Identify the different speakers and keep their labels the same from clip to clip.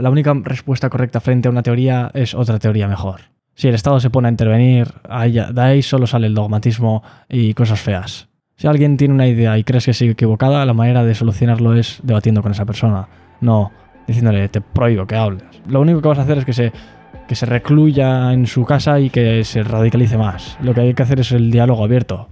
Speaker 1: La única respuesta correcta frente a una teoría es otra teoría mejor. Si el Estado se pone a intervenir, de ahí solo sale el dogmatismo y cosas feas. Si alguien tiene una idea y crees que sigue equivocada, la manera de solucionarlo es debatiendo con esa persona, no diciéndole te prohíbo que hables. Lo único que vas a hacer es que se recluya en su casa y que se radicalice más. Lo que hay que hacer es el diálogo abierto.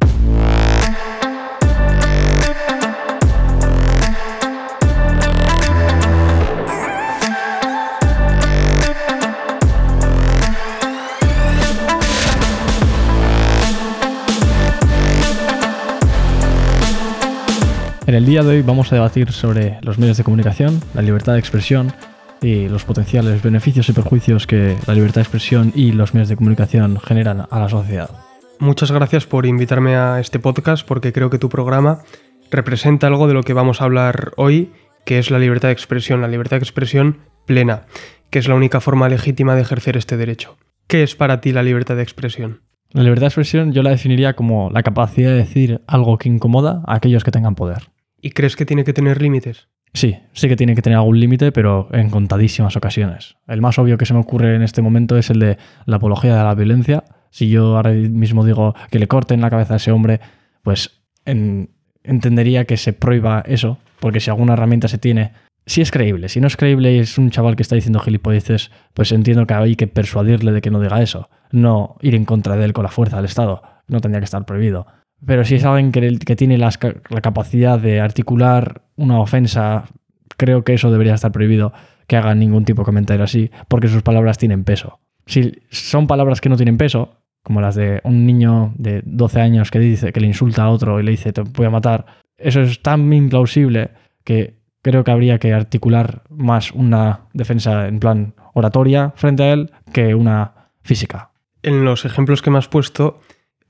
Speaker 1: En el día de hoy vamos a debatir sobre los medios de comunicación, la libertad de expresión y los potenciales beneficios y perjuicios que la libertad de expresión y los medios de comunicación generan a la sociedad.
Speaker 2: Muchas gracias por invitarme a este podcast porque creo que tu programa representa algo de lo que vamos a hablar hoy, que es la libertad de expresión plena, que es la única forma legítima de ejercer este derecho. ¿Qué es para ti la libertad de expresión?
Speaker 1: La libertad de expresión yo la definiría como la capacidad de decir algo que incomoda a aquellos que tengan poder.
Speaker 2: ¿Y crees que tiene que tener límites?
Speaker 1: Sí que tiene que tener algún límite, pero en contadísimas ocasiones. El más obvio que se me ocurre en este momento es el de la apología de la violencia. Si yo ahora mismo digo que le corten la cabeza a ese hombre, pues entendería que se prohíba eso, porque si alguna herramienta se tiene, si es creíble. Si no es creíble y es un chaval que está diciendo gilipolleces, pues entiendo que hay que persuadirle de que no diga eso, no ir en contra de él con la fuerza del Estado. No tendría que estar prohibido. Pero si es alguien que tiene la capacidad de articular una ofensa, creo que eso debería estar prohibido, que haga ningún tipo de comentario así, porque sus palabras tienen peso. Si son palabras que no tienen peso, como las de un niño de 12 años que dice que le insulta a otro y le dice te voy a matar, eso es tan implausible que creo que habría que articular más una defensa en plan oratoria frente a él que una física.
Speaker 2: En los ejemplos que me has puesto,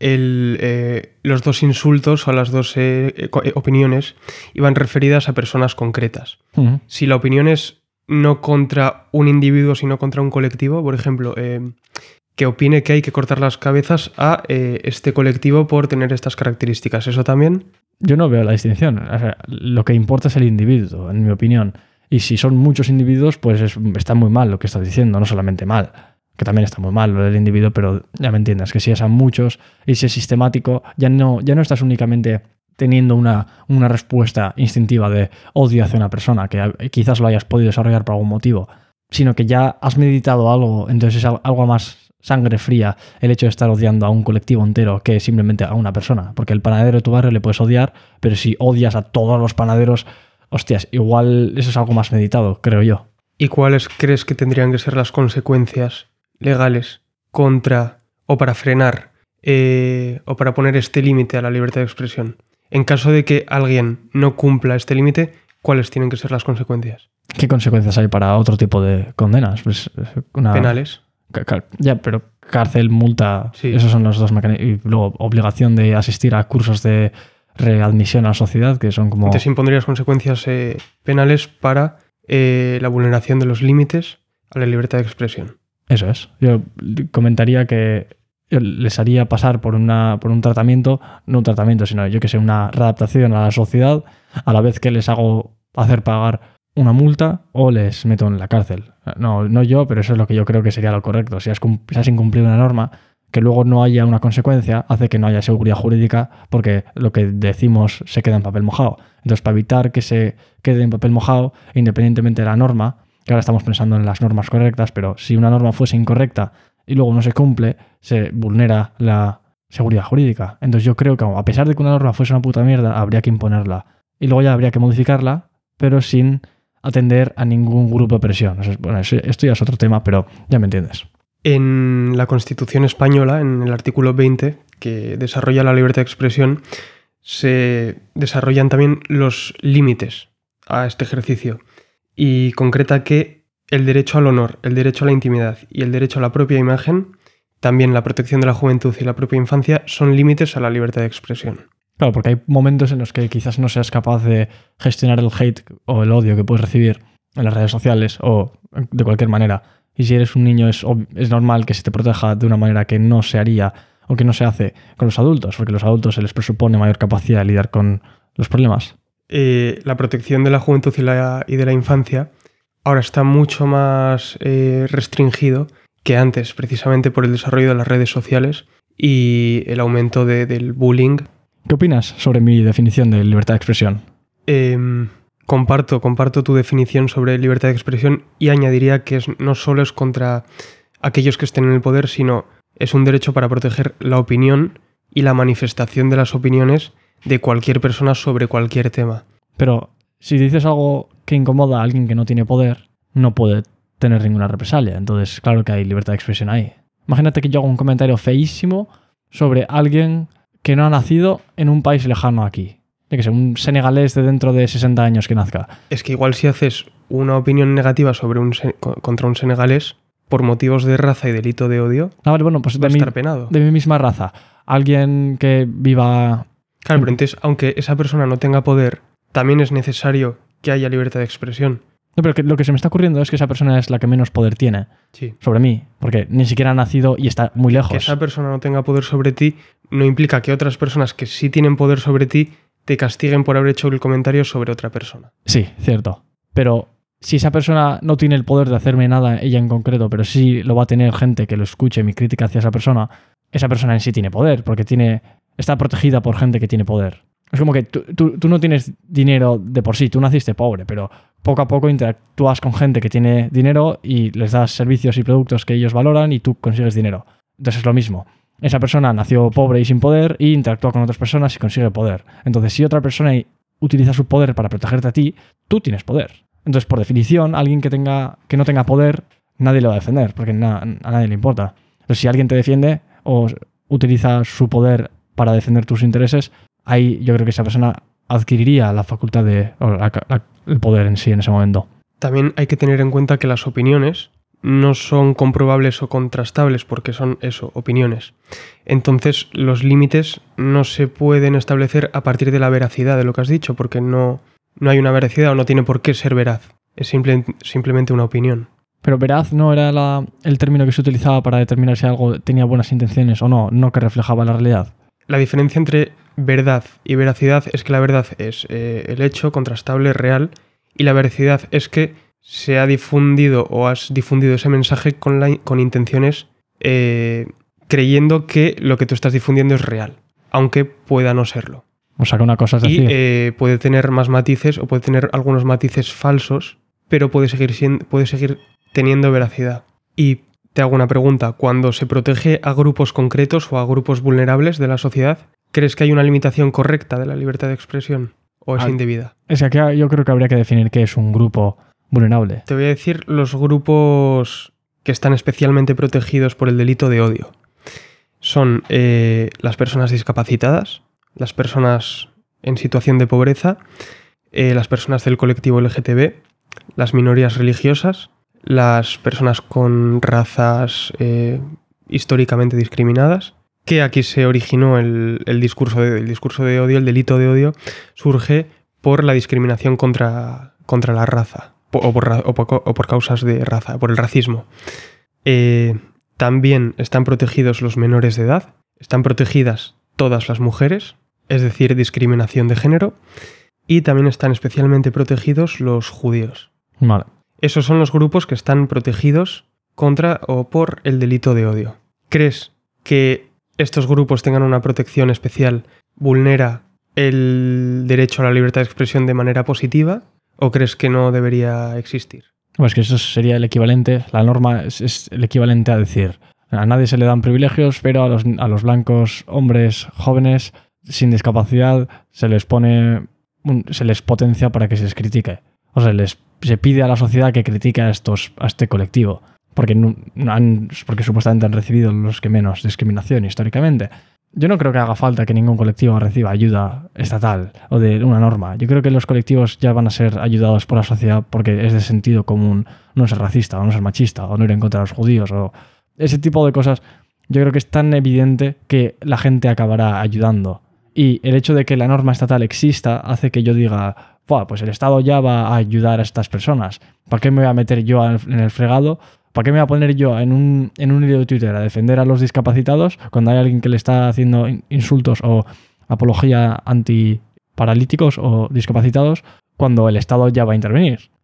Speaker 2: los dos insultos o las dos opiniones iban referidas a personas concretas.
Speaker 1: Uh-huh.
Speaker 2: Si la opinión es no contra un individuo, sino contra un colectivo, por ejemplo, que opine que hay que cortar las cabezas a este colectivo por tener estas características, ¿eso también?
Speaker 1: Yo no veo la distinción. O sea, lo que importa es el individuo, en mi opinión. Y si son muchos individuos, pues está muy mal lo que estás diciendo, no solamente mal, que también está muy mal lo del individuo, pero ya me entiendes, que si es a muchos y si es sistemático, ya no estás únicamente teniendo una respuesta instintiva de odio hacia una persona, que quizás lo hayas podido desarrollar por algún motivo, sino que ya has meditado algo, entonces es algo más sangre fría el hecho de estar odiando a un colectivo entero que simplemente a una persona, porque el panadero de tu barrio le puedes odiar, pero si odias a todos los panaderos, hostias, igual eso es algo más meditado, creo yo.
Speaker 2: ¿Y cuáles crees que tendrían que ser las consecuencias legales contra o para frenar o para poner este límite a la libertad de expresión? En caso de que alguien no cumpla este límite, ¿cuáles tienen que ser las consecuencias?
Speaker 1: ¿Qué consecuencias hay para otro tipo de condenas? Pues
Speaker 2: penales.
Speaker 1: Ya, pero cárcel, multa,
Speaker 2: sí.
Speaker 1: Esos son los dos mecanismos. Y luego obligación de asistir a cursos de readmisión a la sociedad, que son como...
Speaker 2: Entonces impondrías consecuencias penales para la vulneración de los límites a la libertad de expresión.
Speaker 1: Eso es. Yo comentaría que les haría pasar por un tratamiento, no un tratamiento, sino yo que sé, una readaptación a la sociedad, a la vez que les hago hacer pagar una multa o les meto en la cárcel. No yo, pero eso es lo que yo creo que sería lo correcto. Si has incumplido una norma, que luego no haya una consecuencia, hace que no haya seguridad jurídica, porque lo que decimos se queda en papel mojado. Entonces, para evitar que se quede en papel mojado, independientemente de la norma, que ahora estamos pensando en las normas correctas, pero si una norma fuese incorrecta y luego no se cumple, se vulnera la seguridad jurídica. Entonces yo creo que a pesar de que una norma fuese una puta mierda, habría que imponerla. Y luego ya habría que modificarla, pero sin atender a ningún grupo de presión. Bueno, esto ya es otro tema, pero ya me entiendes.
Speaker 2: En la Constitución española, en el artículo 20, que desarrolla la libertad de expresión, se desarrollan también los límites a este ejercicio. Y concreta que el derecho al honor, el derecho a la intimidad y el derecho a la propia imagen, también la protección de la juventud y la propia infancia, son límites a la libertad de expresión.
Speaker 1: Claro, porque hay momentos en los que quizás no seas capaz de gestionar el hate o el odio que puedes recibir en las redes sociales o de cualquier manera. Y si eres un niño es normal que se te proteja de una manera que no se haría o que no se hace con los adultos, porque a los adultos se les presupone mayor capacidad de lidiar con los problemas.
Speaker 2: La protección de la juventud y de la infancia ahora está mucho más restringido que antes, precisamente por el desarrollo de las redes sociales y el aumento del bullying.
Speaker 1: ¿Qué opinas sobre mi definición de libertad de expresión?
Speaker 2: Comparto tu definición sobre libertad de expresión y añadiría que no solo es contra aquellos que estén en el poder, sino es un derecho para proteger la opinión y la manifestación de las opiniones de cualquier persona sobre cualquier tema.
Speaker 1: Pero si dices algo que incomoda a alguien que no tiene poder, no puede tener ninguna represalia. Entonces, claro que hay libertad de expresión ahí. Imagínate que yo hago un comentario feísimo sobre alguien que no ha nacido en un país lejano aquí. Yo que sé, un senegalés de dentro de 60 años que nazca.
Speaker 2: Es que igual si haces una opinión negativa sobre contra un senegalés por motivos de raza y delito de odio,
Speaker 1: vale, bueno, pues
Speaker 2: va a estar penado.
Speaker 1: De mi misma raza. Alguien que viva...
Speaker 2: Claro, pero entonces, aunque esa persona no tenga poder, también es necesario que haya libertad de expresión.
Speaker 1: No, pero lo que se me está ocurriendo es que esa persona es la que menos poder tiene sobre mí, porque ni siquiera ha nacido y está muy lejos.
Speaker 2: Que esa persona no tenga poder sobre ti no implica que otras personas que sí tienen poder sobre ti te castiguen por haber hecho el comentario sobre otra persona.
Speaker 1: Sí, cierto. Pero si esa persona no tiene el poder de hacerme nada, ella en concreto, pero sí lo va a tener gente que lo escuche mi crítica hacia esa persona en sí tiene poder, porque está protegida por gente que tiene poder. Es como que tú no tienes dinero de por sí, tú naciste pobre, pero poco a poco interactúas con gente que tiene dinero y les das servicios y productos que ellos valoran y tú consigues dinero. Entonces es lo mismo. Esa persona nació pobre y sin poder y interactúa con otras personas y consigue poder. Entonces, si otra persona utiliza su poder para protegerte a ti, tú tienes poder. Entonces, por definición, alguien que no tenga poder, nadie le va a defender, porque a nadie le importa. Entonces, si alguien te defiende o utiliza su poder para defender tus intereses, ahí yo creo que esa persona adquiriría la facultad el poder en sí en ese momento.
Speaker 2: También hay que tener en cuenta que las opiniones no son comprobables o contrastables porque son opiniones. Entonces los límites no se pueden establecer a partir de la veracidad de lo que has dicho porque no hay una veracidad o no tiene por qué ser veraz. Es simplemente una opinión.
Speaker 1: Pero veraz no era el término que se utilizaba para determinar si algo tenía buenas intenciones o no que reflejaba la realidad.
Speaker 2: La diferencia entre verdad y veracidad es que la verdad es el hecho contrastable, real, y la veracidad es que se ha difundido o has difundido ese mensaje con intenciones creyendo que lo que tú estás difundiendo es real, aunque pueda no serlo.
Speaker 1: O sea, que una cosa es decir...
Speaker 2: Y puede tener más matices o puede tener algunos matices falsos, pero puede seguir teniendo veracidad. Y te hago una pregunta. Cuando se protege a grupos concretos o a grupos vulnerables de la sociedad, ¿crees que hay una limitación correcta de la libertad de expresión o es indebida?
Speaker 1: Es que aquí yo creo que habría que definir qué es un grupo vulnerable.
Speaker 2: Te voy a decir los grupos que están especialmente protegidos por el delito de odio. Son las personas discapacitadas, las personas en situación de pobreza, las personas del colectivo LGTB, las minorías religiosas, las personas con razas históricamente discriminadas, que aquí se originó el discurso de odio, el delito de odio, surge por la discriminación contra la raza o por causas de raza, por el racismo. También están protegidos los menores de edad, están protegidas todas las mujeres, es decir, discriminación de género, y también están especialmente protegidos los judíos.
Speaker 1: Vale.
Speaker 2: Esos son los grupos que están protegidos contra o por el delito de odio. ¿Crees que estos grupos tengan una protección especial vulnera el derecho a la libertad de expresión de manera positiva o crees que no debería existir?
Speaker 1: Pues que eso sería el equivalente, la norma es el equivalente a decir, a nadie se le dan privilegios, pero a los blancos hombres jóvenes sin discapacidad se les potencia para que se les critique. O sea, se pide a la sociedad que critique a este colectivo, porque supuestamente han recibido los que menos discriminación históricamente. Yo no creo que haga falta que ningún colectivo reciba ayuda estatal o de una norma. Yo creo que los colectivos ya van a ser ayudados por la sociedad porque es de sentido común no ser racista o no ser machista o no ir en contra de los judíos o ese tipo de cosas. Yo creo que es tan evidente que la gente acabará ayudando. Y el hecho de que la norma estatal exista hace que yo diga, pues el Estado ya va a ayudar a estas personas. ¿Para qué me voy a meter yo en el fregado? ¿Para qué me voy a poner yo en un hilo de Twitter a defender a los discapacitados cuando hay alguien que le está haciendo insultos o apología antiparalíticos o discapacitados cuando el Estado ya va a intervenir?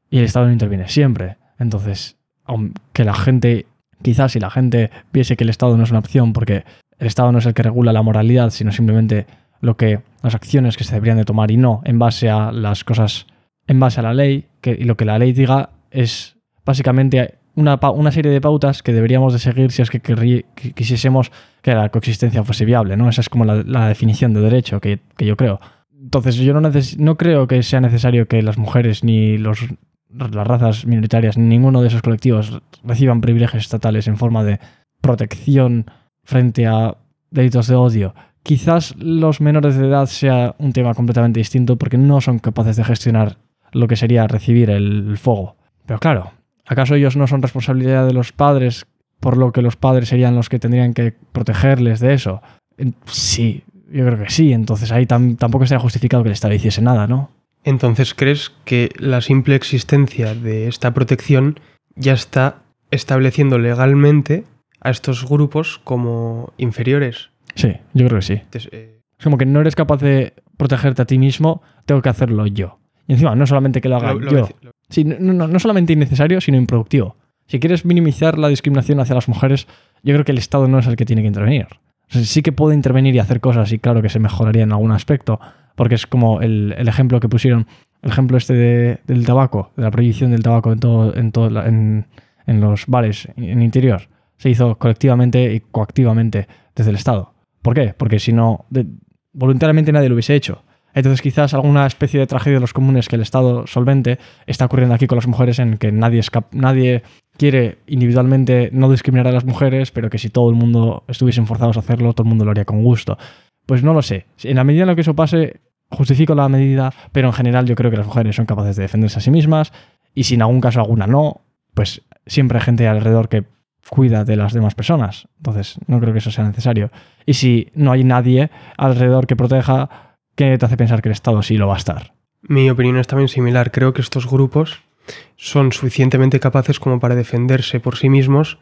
Speaker 1: y el Estado no interviene siempre. Entonces, aunque la gente, quizás si la gente viese que el Estado no es una opción, porque el Estado no es el que regula la moralidad, sino simplemente las acciones que se deberían de tomar y no en base a las cosas, en base a la ley, y lo que la ley diga es básicamente una serie de pautas que deberíamos de seguir si es que quisiésemos que la coexistencia fuese viable, ¿no? Esa es como la definición de derecho que yo creo. Entonces yo no creo que sea necesario que las mujeres ni las razas minoritarias ni ninguno de esos colectivos reciban privilegios estatales en forma de protección frente a delitos de odio. Quizás los menores de edad sea un tema completamente distinto porque no son capaces de gestionar lo que sería recibir el fuego. Pero claro, ¿acaso ellos no son responsabilidad de los padres, por lo que los padres serían los que tendrían que protegerles de eso? Sí, yo creo que sí. Entonces ahí tampoco estaría justificado que el Estado hiciese nada, ¿no?
Speaker 2: Entonces, ¿crees que la simple existencia de esta protección ya está estableciendo legalmente a estos grupos como inferiores?
Speaker 1: Sí, yo creo que sí. Es como que no eres capaz de protegerte a ti mismo, tengo que hacerlo yo. Y encima, no solamente que lo haga yo. Sí, no solamente innecesario, sino improductivo. Si quieres minimizar la discriminación hacia las mujeres, yo creo que el Estado no es el que tiene que intervenir. O sea, sí que puede intervenir y hacer cosas y claro que se mejoraría en algún aspecto, porque es como el ejemplo que pusieron, el ejemplo del tabaco, de la prohibición del tabaco en los bares en interior. Se hizo colectivamente y coactivamente desde el Estado. ¿Por qué? Porque si no, voluntariamente nadie lo hubiese hecho. Entonces quizás alguna especie de tragedia de los comunes que el Estado solvente está ocurriendo aquí con las mujeres, en que nadie quiere individualmente no discriminar a las mujeres, pero que si todo el mundo estuviesen forzados a hacerlo, todo el mundo lo haría con gusto. Pues no lo sé. En la medida en la que eso pase, justifico la medida, pero en general yo creo que las mujeres son capaces de defenderse a sí mismas, y si en algún caso alguna no, pues siempre hay gente alrededor que cuida de las demás personas. Entonces no creo que eso sea necesario. Y si no hay nadie alrededor que proteja, ¿qué te hace pensar que el Estado sí lo va a estar?
Speaker 2: Mi opinión es también similar. Creo que estos grupos son suficientemente capaces como para defenderse por sí mismos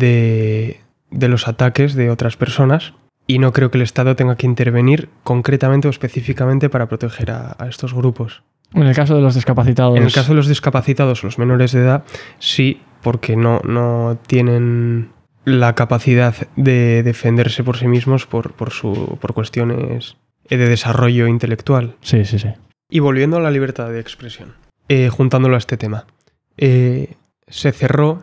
Speaker 2: de los ataques de otras personas, y no creo que el Estado tenga que intervenir concretamente o específicamente para proteger a estos grupos.
Speaker 1: En el caso de los discapacitados...
Speaker 2: En el caso de los discapacitados, los menores de edad, sí, porque no tienen la capacidad de defenderse por sí mismos por cuestiones de desarrollo intelectual.
Speaker 1: Sí.
Speaker 2: Y volviendo a la libertad de expresión, juntándolo a este tema, se cerró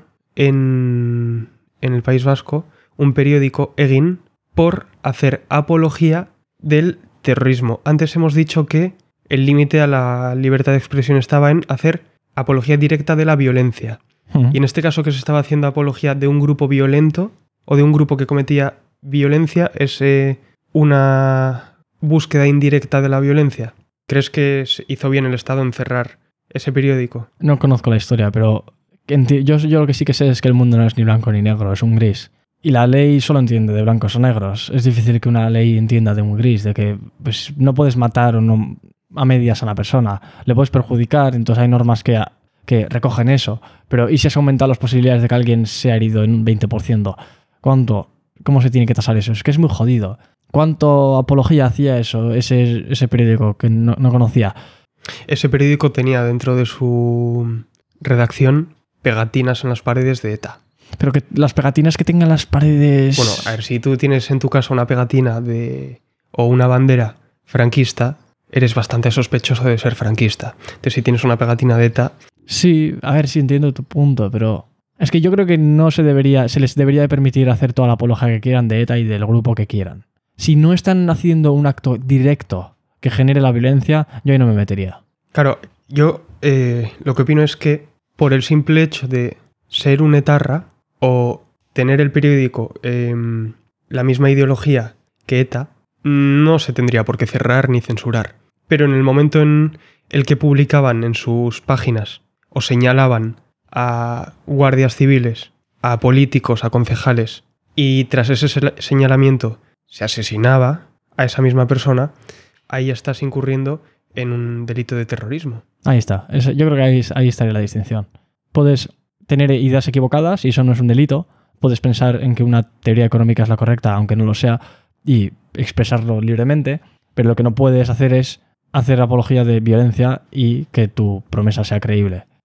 Speaker 2: en el País Vasco un periódico, Egin, por hacer apología del terrorismo. Antes hemos dicho que el límite a la libertad de expresión estaba en hacer apología directa de la violencia. Y en este caso, que se estaba haciendo apología de un grupo violento o de un grupo que cometía violencia, es una búsqueda indirecta de la violencia. ¿Crees que hizo bien el Estado en cerrar ese periódico?
Speaker 1: No conozco la historia, pero yo lo que sí que sé es que el mundo no es ni blanco ni negro, es un gris. Y la ley solo entiende de blancos o negros. Es difícil que una ley entienda de un gris, de que pues, no puedes matar o no a medias a una persona. Le puedes perjudicar, entonces hay normas que recogen eso. Pero ¿y si has aumentado las posibilidades de que alguien sea herido en un 20%? ¿Cómo se tiene que tasar eso? Es que es muy jodido. ¿Cuánto apología hacía eso, ese periódico que no conocía?
Speaker 2: Ese periódico tenía dentro de su redacción pegatinas en las paredes de ETA.
Speaker 1: Pero que las pegatinas que tengan las paredes...
Speaker 2: Bueno, a ver, si tú tienes en tu casa una pegatina o una bandera franquista, eres bastante sospechoso de ser franquista. Entonces, si tienes una pegatina de ETA...
Speaker 1: Sí, a ver si entiendo tu punto, pero... Es que yo creo que se les debería de permitir hacer toda la apología que quieran de ETA y del grupo que quieran. Si no están haciendo un acto directo que genere la violencia, yo ahí no me metería.
Speaker 2: Claro, yo lo que opino es que por el simple hecho de ser un etarra o tener el periódico la misma ideología que ETA, no se tendría por qué cerrar ni censurar. Pero en el momento en el que publicaban en sus páginas o señalaban a guardias civiles, a políticos, a concejales, y tras ese señalamiento se asesinaba a esa misma persona, ahí estás incurriendo en un delito de terrorismo.
Speaker 1: Ahí está. Yo creo que ahí estaría la distinción. Puedes tener ideas equivocadas y eso no es un delito. Puedes pensar en que una teoría económica es la correcta, aunque no lo sea, y expresarlo libremente, pero lo que no puedes hacer es hacer apología de violencia y que tu promesa sea creíble.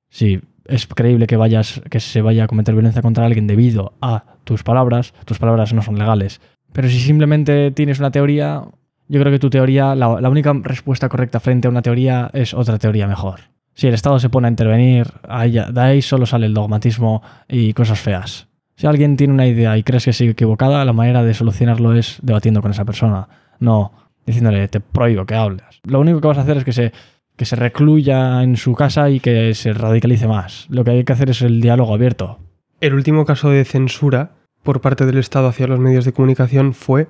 Speaker 1: Si es creíble que se vaya a cometer violencia contra alguien debido a tus palabras no son legales. Pero si simplemente tienes una teoría, yo creo que tu teoría, la única respuesta correcta frente a una teoría es otra teoría mejor. Si el Estado se pone a intervenir, de ahí solo sale el dogmatismo y cosas feas. Si alguien tiene una idea y crees que sigue equivocada, la manera de solucionarlo es debatiendo con esa persona, no diciéndole te prohíbo que hables. Lo único que vas a hacer es que se recluya en su casa y que se radicalice más. Lo que hay que hacer es el diálogo abierto.
Speaker 2: El último caso de censura por parte del Estado hacia los medios de comunicación fue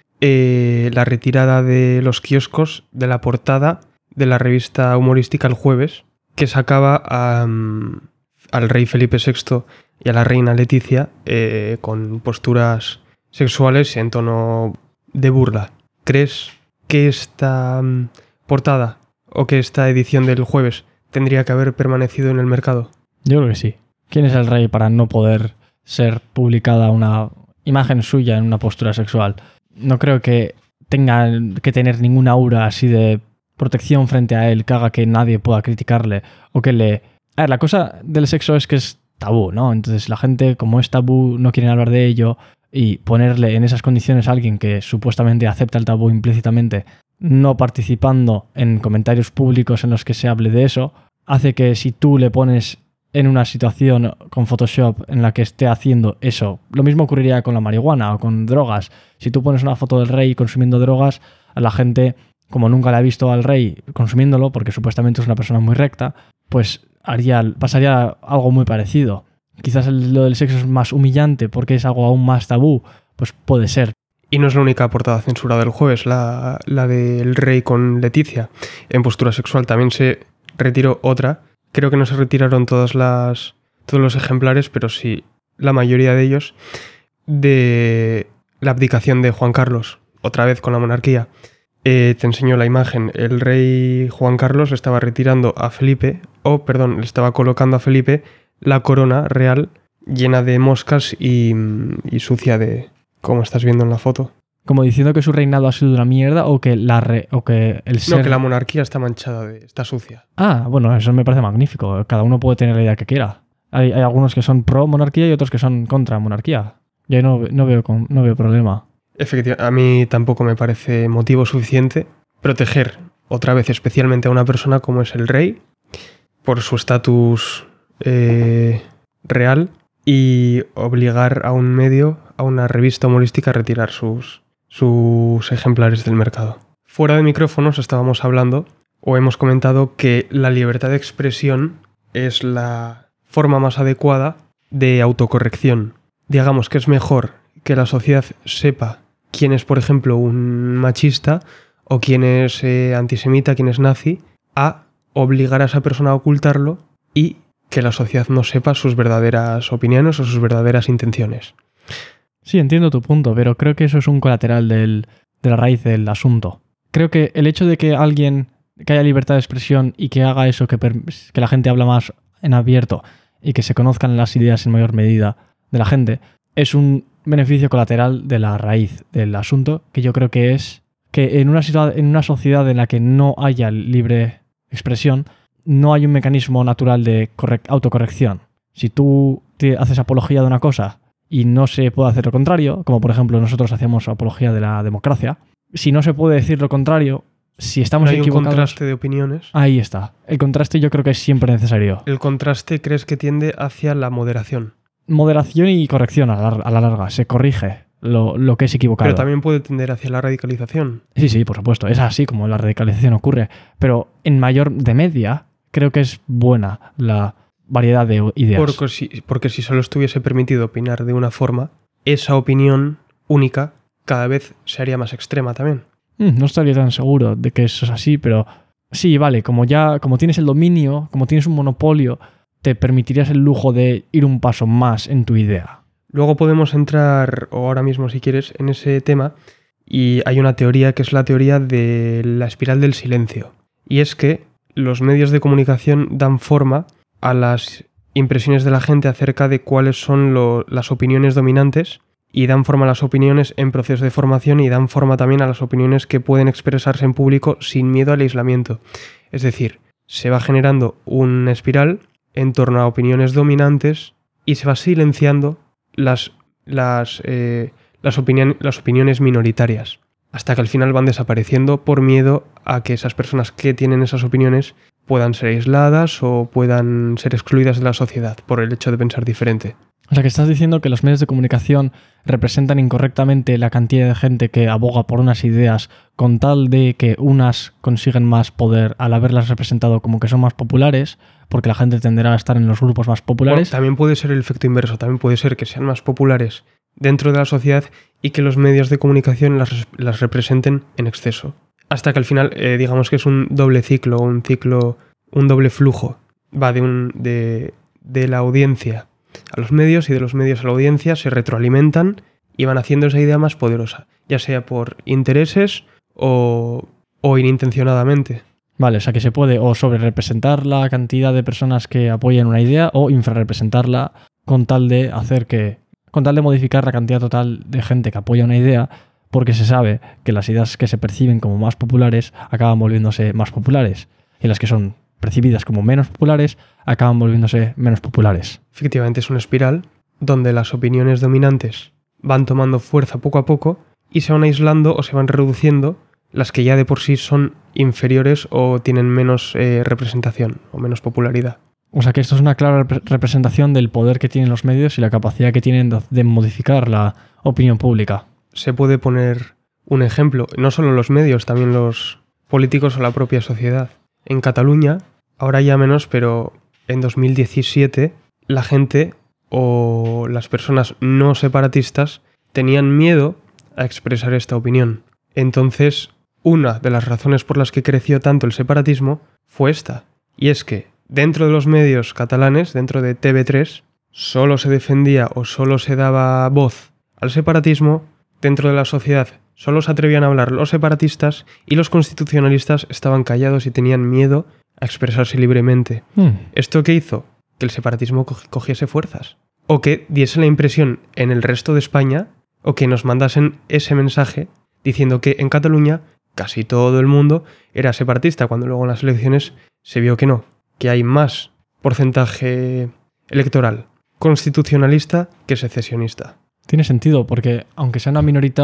Speaker 2: la retirada de los kioscos de la portada de la revista humorística El Jueves, que sacaba al rey Felipe VI y a la reina Leticia con posturas sexuales en tono de burla. ¿Crees que esta portada o que esta edición del Jueves tendría que haber permanecido en el mercado?
Speaker 1: Yo creo que sí. ¿Quién es el rey para no poder ser publicada una imagen suya en una postura sexual? No creo que tenga que tener ninguna aura así de protección frente a él que haga que nadie pueda criticarle o que le... A ver, la cosa del sexo es que es tabú, ¿no? Entonces la gente, como es tabú, no quieren hablar de ello, y ponerle en esas condiciones a alguien que supuestamente acepta el tabú implícitamente, no participando en comentarios públicos en los que se hable de eso, hace que si tú le pones en una situación con Photoshop en la que esté haciendo eso, lo mismo ocurriría con la marihuana o con drogas. Si tú pones una foto del rey consumiendo drogas, a la gente, como nunca le ha visto al rey consumiéndolo, porque supuestamente es una persona muy recta, pues pasaría algo muy parecido. Quizás lo del sexo es más humillante porque es algo aún más tabú, pues puede ser.
Speaker 2: Y no es la única portada censurada del Jueves, la del rey con Leticia en postura sexual. También se retiró otra. Creo que no se retiraron todos los ejemplares, pero sí la mayoría de ellos, de la abdicación de Juan Carlos, otra vez con la monarquía. Te enseño la imagen. El rey Juan Carlos le estaba retirando a Felipe, le estaba colocando a Felipe la corona real llena de moscas y sucia de... como estás viendo en la foto.
Speaker 1: Como diciendo que su reinado ha sido una mierda o que el ser...
Speaker 2: No, que la monarquía está manchada, está sucia.
Speaker 1: Ah, bueno, eso me parece magnífico. Cada uno puede tener la idea que quiera. Hay algunos que son pro monarquía y otros que son contra monarquía. Yo no veo problema.
Speaker 2: Efectivamente, a mí tampoco me parece motivo suficiente proteger otra vez especialmente a una persona como es el rey por su estatus real y obligar a un medio, a una revista humorística, a retirar sus ejemplares del mercado. Fuera de micrófonos estábamos hablando o hemos comentado que la libertad de expresión es la forma más adecuada de autocorrección. Digamos que es mejor que la sociedad sepa quién es, por ejemplo, un machista o quién es antisemita, quién es nazi, a obligar a esa persona a ocultarlo y que la sociedad no sepa sus verdaderas opiniones o sus verdaderas intenciones.
Speaker 1: Sí, entiendo tu punto, pero creo que eso es un colateral de la raíz del asunto. Creo que el hecho de que haya libertad de expresión y que haga eso, que la gente habla más en abierto y que se conozcan las ideas en mayor medida de la gente, es un beneficio colateral de la raíz del asunto, que yo creo que es que en una sociedad en la que no haya libre expresión, no hay un mecanismo natural de autocorrección. Si tú te haces apología de una cosa y no se puede hacer lo contrario, como por ejemplo nosotros hacemos apología de la democracia, si no se puede decir lo contrario, si estamos equivocados...
Speaker 2: Hay un contraste de opiniones.
Speaker 1: Ahí está. El contraste yo creo que es siempre necesario.
Speaker 2: ¿El contraste crees que tiende hacia la moderación?
Speaker 1: Moderación y corrección a la larga. Se corrige lo que es equivocado.
Speaker 2: Pero también puede tender hacia la radicalización.
Speaker 1: Sí, por supuesto. Es así como la radicalización ocurre. Pero en mayor de media, creo que es buena la variedad de ideas.
Speaker 2: Porque si solo estuviese permitido opinar de una forma, esa opinión única cada vez se haría más extrema también.
Speaker 1: No estaría tan seguro de que eso es así, pero sí, vale, como tienes el dominio, como tienes un monopolio, te permitirías el lujo de ir un paso más en tu idea.
Speaker 2: Luego podemos entrar, o ahora mismo si quieres, en ese tema, y hay una teoría que es la teoría de la espiral del silencio. Y es que los medios de comunicación dan forma a las impresiones de la gente acerca de cuáles son las opiniones dominantes, y dan forma a las opiniones en proceso de formación y dan forma también a las opiniones que pueden expresarse en público sin miedo al aislamiento. Es decir, se va generando una espiral en torno a opiniones dominantes y se va silenciando las opiniones minoritarias, hasta que al final van desapareciendo por miedo a que esas personas que tienen esas opiniones puedan ser aisladas o puedan ser excluidas de la sociedad por el hecho de pensar diferente.
Speaker 1: O sea, que estás diciendo que los medios de comunicación representan incorrectamente la cantidad de gente que aboga por unas ideas con tal de que unas consiguen más poder al haberlas representado como que son más populares, porque la gente tenderá a estar en los grupos más populares.
Speaker 2: Bueno, también puede ser el efecto inverso, también puede ser que sean más populares dentro de la sociedad y que los medios de comunicación las representen en exceso. Hasta que al final, digamos que es un doble ciclo, un doble flujo. Va de la audiencia a los medios y de los medios a la audiencia, se retroalimentan y van haciendo esa idea más poderosa, ya sea por intereses o inintencionadamente.
Speaker 1: Vale, o sea que se puede o sobrerepresentar la cantidad de personas que apoyan una idea o infrarrepresentarla con tal de modificar la cantidad total de gente que apoya una idea, porque se sabe que las ideas que se perciben como más populares acaban volviéndose más populares y las que son percibidas como menos populares acaban volviéndose menos populares.
Speaker 2: Efectivamente, es una espiral donde las opiniones dominantes van tomando fuerza poco a poco y se van aislando o se van reduciendo las que ya de por sí son inferiores o tienen menos representación o menos popularidad.
Speaker 1: O sea que esto es una clara representación del poder que tienen los medios y la capacidad que tienen de modificar la opinión pública.
Speaker 2: Se puede poner un ejemplo, no solo los medios, también los políticos o la propia sociedad. En Cataluña, ahora ya menos, pero en 2017, la gente o las personas no separatistas tenían miedo a expresar esta opinión. Entonces, una de las razones por las que creció tanto el separatismo fue esta, y es que dentro de los medios catalanes, dentro de TV3, solo se defendía o solo se daba voz al separatismo. Dentro de la sociedad solo se atrevían a hablar los separatistas y los constitucionalistas estaban callados y tenían miedo a expresarse libremente. ¿Esto qué hizo? Que el separatismo cogiese fuerzas. O que diese la impresión en el resto de España, o que nos mandasen ese mensaje diciendo que en Cataluña casi todo el mundo era separatista, cuando luego en las elecciones se vio que no, que hay más porcentaje electoral constitucionalista que secesionista.
Speaker 1: Tiene sentido, porque aunque sea una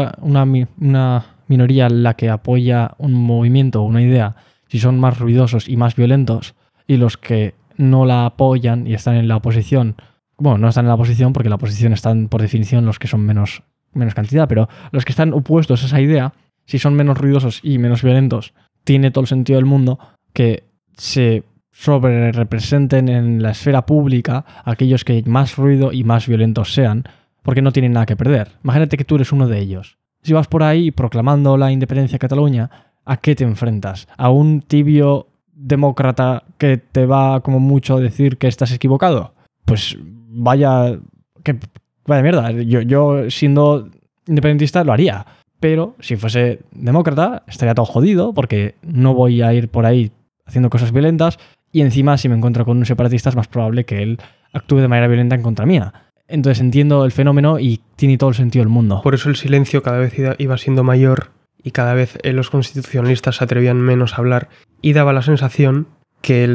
Speaker 1: minoría la que apoya un movimiento o una idea, si son más ruidosos y más violentos, y los que no la apoyan y están en la oposición, bueno, no están en la oposición porque en la oposición están por definición los que son menos cantidad, pero los que están opuestos a esa idea, si son menos ruidosos y menos violentos, tiene todo el sentido del mundo que se sobrerepresenten en la esfera pública aquellos que más ruido y más violentos sean, porque no tienen nada que perder. Imagínate que tú eres uno de ellos. Si vas por ahí proclamando la independencia de Cataluña, ¿a qué te enfrentas? ¿A un tibio demócrata que te va como mucho a decir que estás equivocado? Pues vaya mierda. Yo siendo independentista lo haría. Pero si fuese demócrata estaría todo jodido porque no voy a ir por ahí haciendo cosas violentas y encima si me encuentro con un separatista es más probable que él actúe de manera violenta en contra mía. Entonces entiendo el fenómeno y tiene todo el sentido del mundo.
Speaker 2: Por eso el silencio cada vez iba siendo mayor y cada vez los constitucionalistas se atrevían menos a hablar y daba la sensación que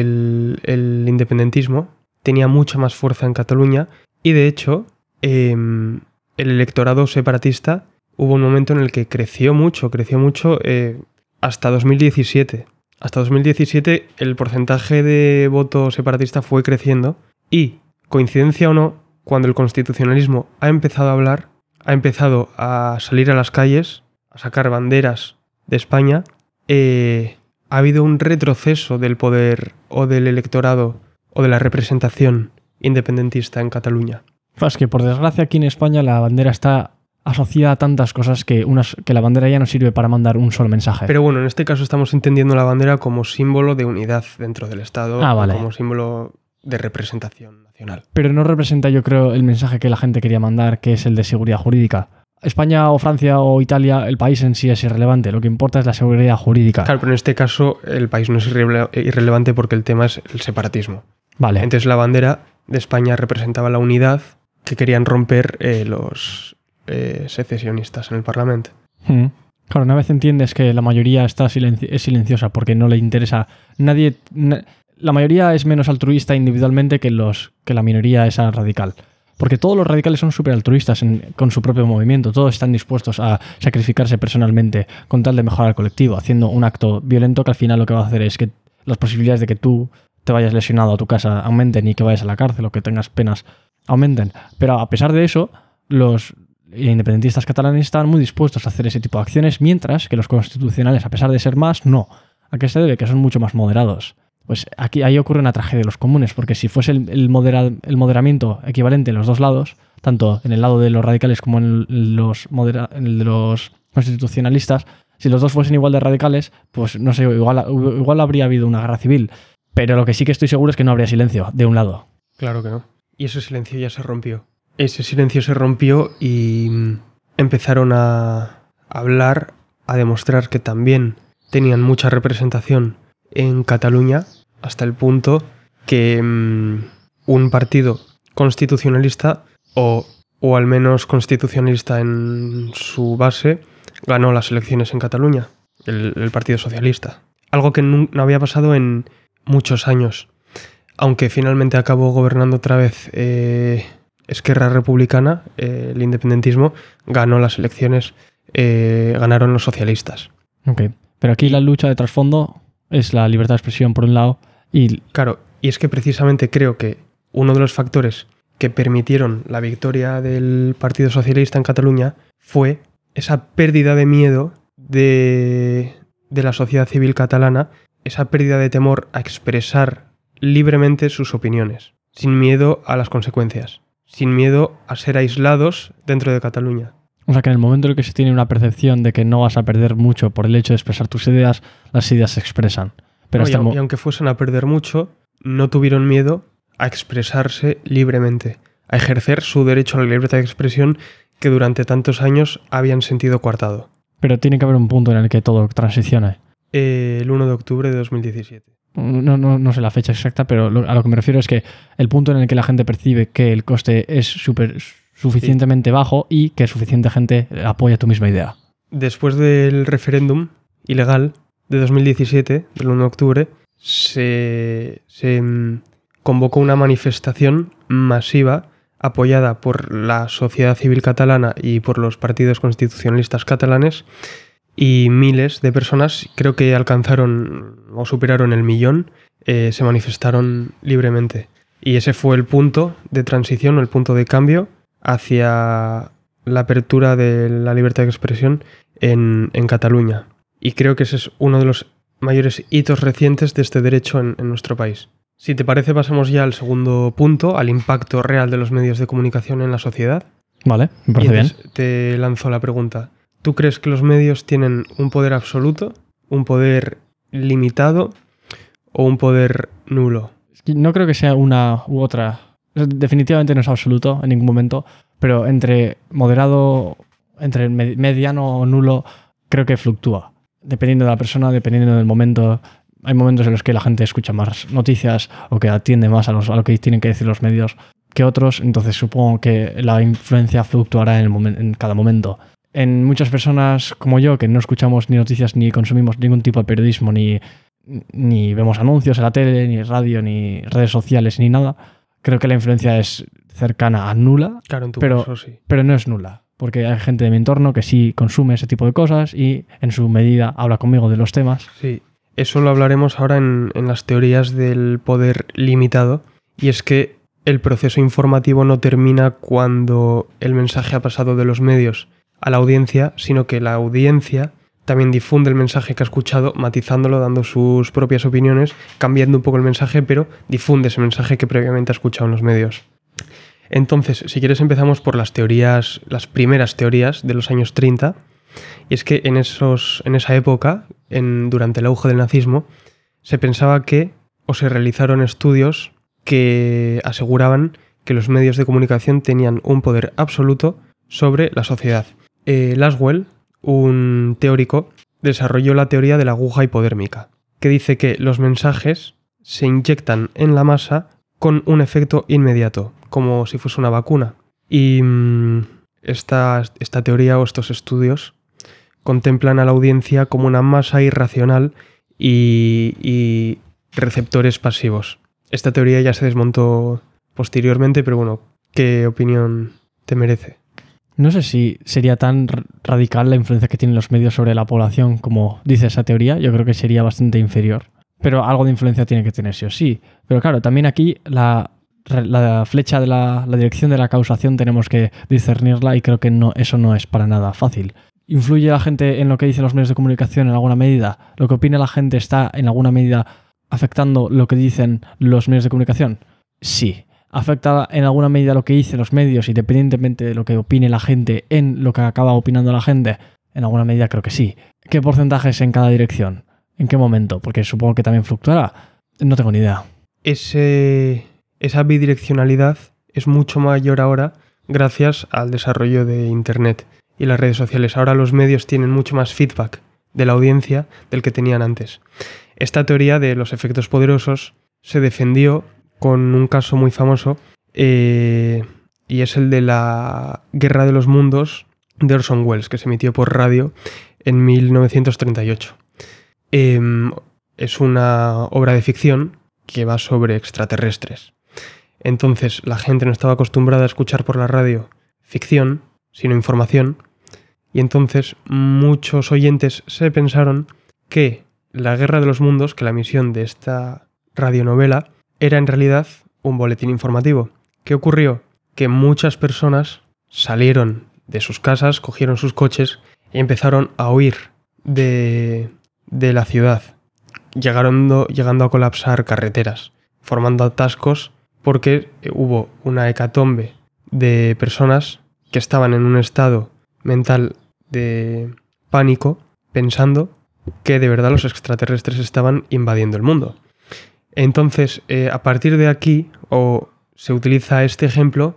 Speaker 2: el independentismo tenía mucha más fuerza en Cataluña y de hecho el electorado separatista hubo un momento en el que creció mucho hasta 2017. Hasta 2017 el porcentaje de voto separatista fue creciendo y, coincidencia o no, cuando el constitucionalismo ha empezado a hablar, ha empezado a salir a las calles, a sacar banderas de España, ha habido un retroceso del poder o del electorado o de la representación independentista en Cataluña.
Speaker 1: Es que por desgracia aquí en España la bandera está asociada a tantas cosas que la bandera ya no sirve para mandar un solo mensaje.
Speaker 2: Pero bueno, en este caso estamos entendiendo la bandera como símbolo de unidad dentro del Estado,
Speaker 1: vale.
Speaker 2: Como símbolo de representación nacional.
Speaker 1: Pero no representa, yo creo, el mensaje que la gente quería mandar, que es el de seguridad jurídica. España o Francia o Italia, el país en sí es irrelevante. Lo que importa es la seguridad jurídica.
Speaker 2: Claro, pero en este caso el país no es irrelevante porque el tema es el separatismo.
Speaker 1: Vale.
Speaker 2: Entonces la bandera de España representaba la unidad que querían romper los secesionistas en el Parlamento.
Speaker 1: Claro, una vez entiendes que la mayoría es silenciosa porque no le interesa. la mayoría es menos altruista individualmente que la minoría esa radical. Porque todos los radicales son súper altruistas con su propio movimiento. Todos están dispuestos a sacrificarse personalmente con tal de mejorar al colectivo, haciendo un acto violento que al final lo que va a hacer es que las posibilidades de que tú te vayas lesionado a tu casa aumenten y que vayas a la cárcel o que tengas penas aumenten. Pero a pesar de eso, los independentistas catalanes estaban muy dispuestos a hacer ese tipo de acciones, mientras que los constitucionales, a pesar de ser más, no. ¿A qué se debe? Que son mucho más moderados. Pues ahí ocurre una tragedia de los comunes, porque si fuese el moderamiento equivalente en los dos lados, tanto en el lado de los radicales como en el de los constitucionalistas, si los dos fuesen igual de radicales, pues no sé, igual habría habido una guerra civil. Pero lo que sí que estoy seguro es que no habría silencio de un lado.
Speaker 2: Claro que no. Y ese silencio ya se rompió. Ese silencio se rompió y empezaron a hablar, a demostrar que también tenían mucha representación en Cataluña, hasta el punto que un partido constitucionalista, o al menos constitucionalista en su base, ganó las elecciones en Cataluña, el Partido Socialista. Algo que no había pasado en muchos años. Aunque finalmente acabó gobernando otra vez Esquerra Republicana, el independentismo, ganó las elecciones, ganaron los socialistas.
Speaker 1: Ok, pero aquí la lucha de trasfondo es la libertad de expresión por un lado y...
Speaker 2: Claro, y es que precisamente creo que uno de los factores que permitieron la victoria del Partido Socialista en Cataluña fue esa pérdida de miedo de la sociedad civil catalana, esa pérdida de temor a expresar libremente sus opiniones, sin miedo a las consecuencias, sin miedo a ser aislados dentro de Cataluña.
Speaker 1: O sea que en el momento en el que se tiene una percepción de que no vas a perder mucho por el hecho de expresar tus ideas, las ideas se expresan. Pero
Speaker 2: No, y aunque fuesen a perder mucho, no tuvieron miedo a expresarse libremente, a ejercer su derecho a la libertad de expresión que durante tantos años habían sentido coartado.
Speaker 1: Pero tiene que haber un punto en el que todo transicione.
Speaker 2: El 1 de octubre de 2017.
Speaker 1: No sé la fecha exacta, pero a lo que me refiero es que el punto en el que la gente percibe que el coste es suficientemente bajo y que suficiente gente apoya tu misma idea.
Speaker 2: Después del referéndum ilegal de 2017, del 1 de octubre, se convocó una manifestación masiva apoyada por la sociedad civil catalana y por los partidos constitucionalistas catalanes, y miles de personas, creo que alcanzaron o superaron el 1.000.000, se manifestaron libremente. Y ese fue el punto de transición, o el punto de cambio hacia la apertura de la libertad de expresión en Cataluña. Y creo que ese es uno de los mayores hitos recientes de este derecho en nuestro país. Si te parece, pasamos ya al segundo punto, al impacto real de los medios de comunicación en la sociedad.
Speaker 1: Vale, me parece bien.
Speaker 2: Te lanzo la pregunta. ¿Tú crees que los medios tienen un poder absoluto, un poder limitado o un poder nulo?
Speaker 1: No creo que sea una u otra. Definitivamente no es absoluto en ningún momento, pero entre moderado, entre mediano o nulo, creo que fluctúa. Dependiendo de la persona, dependiendo del momento. Hay momentos en los que la gente escucha más noticias o que atiende más a lo que tienen que decir los medios que otros, entonces supongo que la influencia fluctuará en cada momento. En muchas personas como yo, que no escuchamos ni noticias ni consumimos ningún tipo de periodismo, ni vemos anuncios en la tele, ni radio, ni redes sociales, ni nada, creo que la influencia es cercana a nula,
Speaker 2: Claro, en tu caso, sí.
Speaker 1: Pero no es nula, porque hay gente de mi entorno que sí consume ese tipo de cosas y en su medida habla conmigo de los temas.
Speaker 2: Sí, eso lo hablaremos ahora en las teorías del poder limitado, y es que el proceso informativo no termina cuando el mensaje ha pasado de los medios a la audiencia, sino que la audiencia también difunde el mensaje que ha escuchado, matizándolo, dando sus propias opiniones, cambiando un poco el mensaje, pero difunde ese mensaje que previamente ha escuchado en los medios. Entonces, si quieres, empezamos por las teorías, las primeras teorías de los años 30, y es que en esa época, durante el auge del nazismo, se pensaba que, o se realizaron estudios que aseguraban que los medios de comunicación tenían un poder absoluto sobre la sociedad. Laswell, un teórico, desarrolló la teoría de la aguja hipodérmica, que dice que los mensajes se inyectan en la masa con un efecto inmediato, como si fuese una vacuna. Y esta teoría o estos estudios contemplan a la audiencia como una masa irracional y receptores pasivos. Esta teoría ya se desmontó posteriormente, pero bueno, ¿qué opinión te merece?
Speaker 1: No sé si sería tan radical la influencia que tienen los medios sobre la población como dice esa teoría. Yo creo que sería bastante inferior. Pero algo de influencia tiene que tener sí o sí. Pero claro, también aquí la flecha de la dirección de la causación tenemos que discernirla y creo que eso no es para nada fácil. ¿Influye la gente en lo que dicen los medios de comunicación en alguna medida? ¿Lo que opina la gente está en alguna medida afectando lo que dicen los medios de comunicación? Sí. ¿Afecta en alguna medida lo que dicen los medios, independientemente de lo que opine la gente, en lo que acaba opinando la gente? En alguna medida creo que sí. ¿Qué porcentajes en cada dirección? ¿En qué momento? Porque supongo que también fluctuará. No tengo ni idea.
Speaker 2: Esa bidireccionalidad es mucho mayor ahora gracias al desarrollo de Internet y las redes sociales. Ahora los medios tienen mucho más feedback de la audiencia del que tenían antes. Esta teoría de los efectos poderosos se defendió con un caso muy famoso y es el de la Guerra de los Mundos de Orson Welles, que se emitió por radio en 1938. Es una obra de ficción que va sobre extraterrestres. Entonces la gente no estaba acostumbrada a escuchar por la radio ficción, sino información, y entonces muchos oyentes se pensaron que la Guerra de los Mundos, que la emisión de esta radionovela, era en realidad un boletín informativo. ¿Qué ocurrió? Que muchas personas salieron de sus casas, cogieron sus coches y empezaron a huir de la ciudad, llegando a colapsar carreteras, formando atascos porque hubo una hecatombe de personas que estaban en un estado mental de pánico, pensando que de verdad los extraterrestres estaban invadiendo el mundo. Entonces, a partir de aquí, se utiliza este ejemplo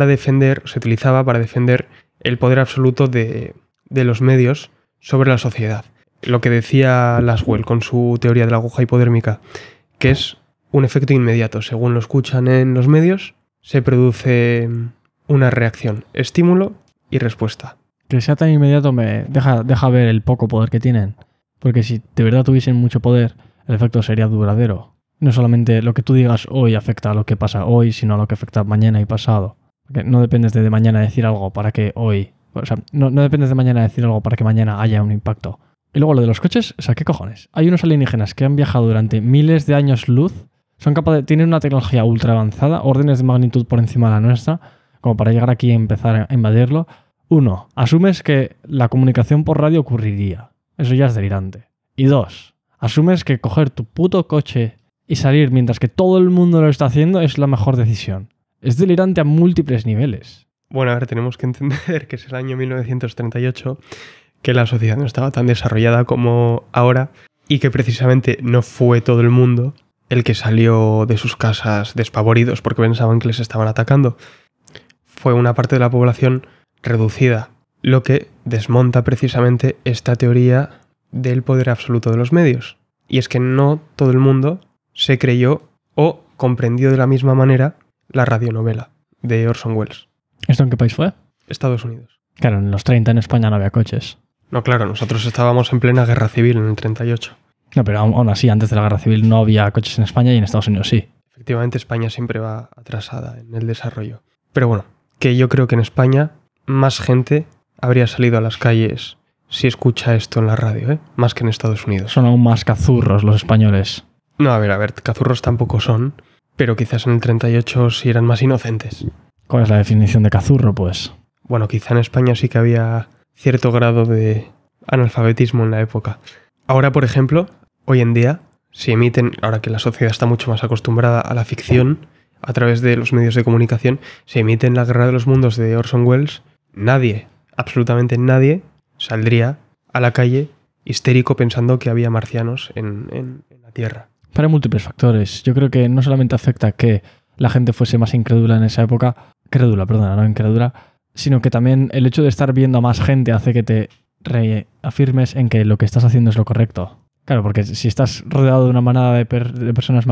Speaker 2: se utilizaba para defender el poder absoluto de los medios sobre la sociedad. Lo que decía Laswell con su teoría de la aguja hipodérmica, que es un efecto inmediato. Según lo escuchan en los medios, se produce una reacción, estímulo y respuesta.
Speaker 1: Que sea tan inmediato me deja ver el poco poder que tienen. Porque si de verdad tuviesen mucho poder, el efecto sería duradero. No solamente lo que tú digas hoy afecta a lo que pasa hoy, sino a lo que afecta mañana y pasado. Porque no dependes de mañana decir algo para que hoy... O sea, no dependes de mañana decir algo para que mañana haya un impacto. Y luego lo de los coches, o sea, ¿qué cojones? Hay unos alienígenas que han viajado durante miles de años luz, tienen una tecnología ultra avanzada, órdenes de magnitud por encima de la nuestra, como para llegar aquí y empezar a invadirlo. 1. Asumes que la comunicación por radio ocurriría. Eso ya es delirante. Y 2. Asumes que coger tu puto coche y salir mientras que todo el mundo lo está haciendo es la mejor decisión. Es delirante a múltiples niveles.
Speaker 2: Bueno, a ver, tenemos que entender que es el año 1938, que la sociedad no estaba tan desarrollada como ahora y que precisamente no fue todo el mundo el que salió de sus casas despavoridos porque pensaban que les estaban atacando. Fue una parte de la población reducida, lo que desmonta precisamente esta teoría del poder absoluto de los medios. Y es que no todo el mundo se creyó o comprendió de la misma manera la radionovela de Orson Welles.
Speaker 1: ¿Esto en qué país fue?
Speaker 2: Estados Unidos.
Speaker 1: Claro, en los 30 en España no había coches.
Speaker 2: No, claro, nosotros estábamos en plena guerra civil en el 38.
Speaker 1: No, pero aún así, antes de la guerra civil no había coches en España y en Estados Unidos sí.
Speaker 2: Efectivamente, España siempre va atrasada en el desarrollo. Pero bueno, que yo creo que en España más gente habría salido a las calles si escucha esto en la radio, más que en Estados Unidos.
Speaker 1: Son aún más cazurros los españoles.
Speaker 2: No, a ver, cazurros tampoco son, pero quizás en el 38 sí eran más inocentes.
Speaker 1: ¿Cuál es la definición de cazurro, pues?
Speaker 2: Bueno, quizá en España sí que había cierto grado de analfabetismo en la época. Ahora, por ejemplo, hoy en día, se emiten, ahora que la sociedad está mucho más acostumbrada a la ficción, a través de los medios de comunicación, se emiten La Guerra de los Mundos de Orson Welles. Nadie, absolutamente nadie, saldría a la calle histérico pensando que había marcianos en la Tierra.
Speaker 1: Pero hay múltiples factores. Yo creo que no solamente afecta que la gente fuese más incrédula en esa época, no incrédula, sino que también el hecho de estar viendo a más gente hace que te reafirmes en que lo que estás haciendo es lo correcto. Claro, porque si estás rodeado de una manada de personas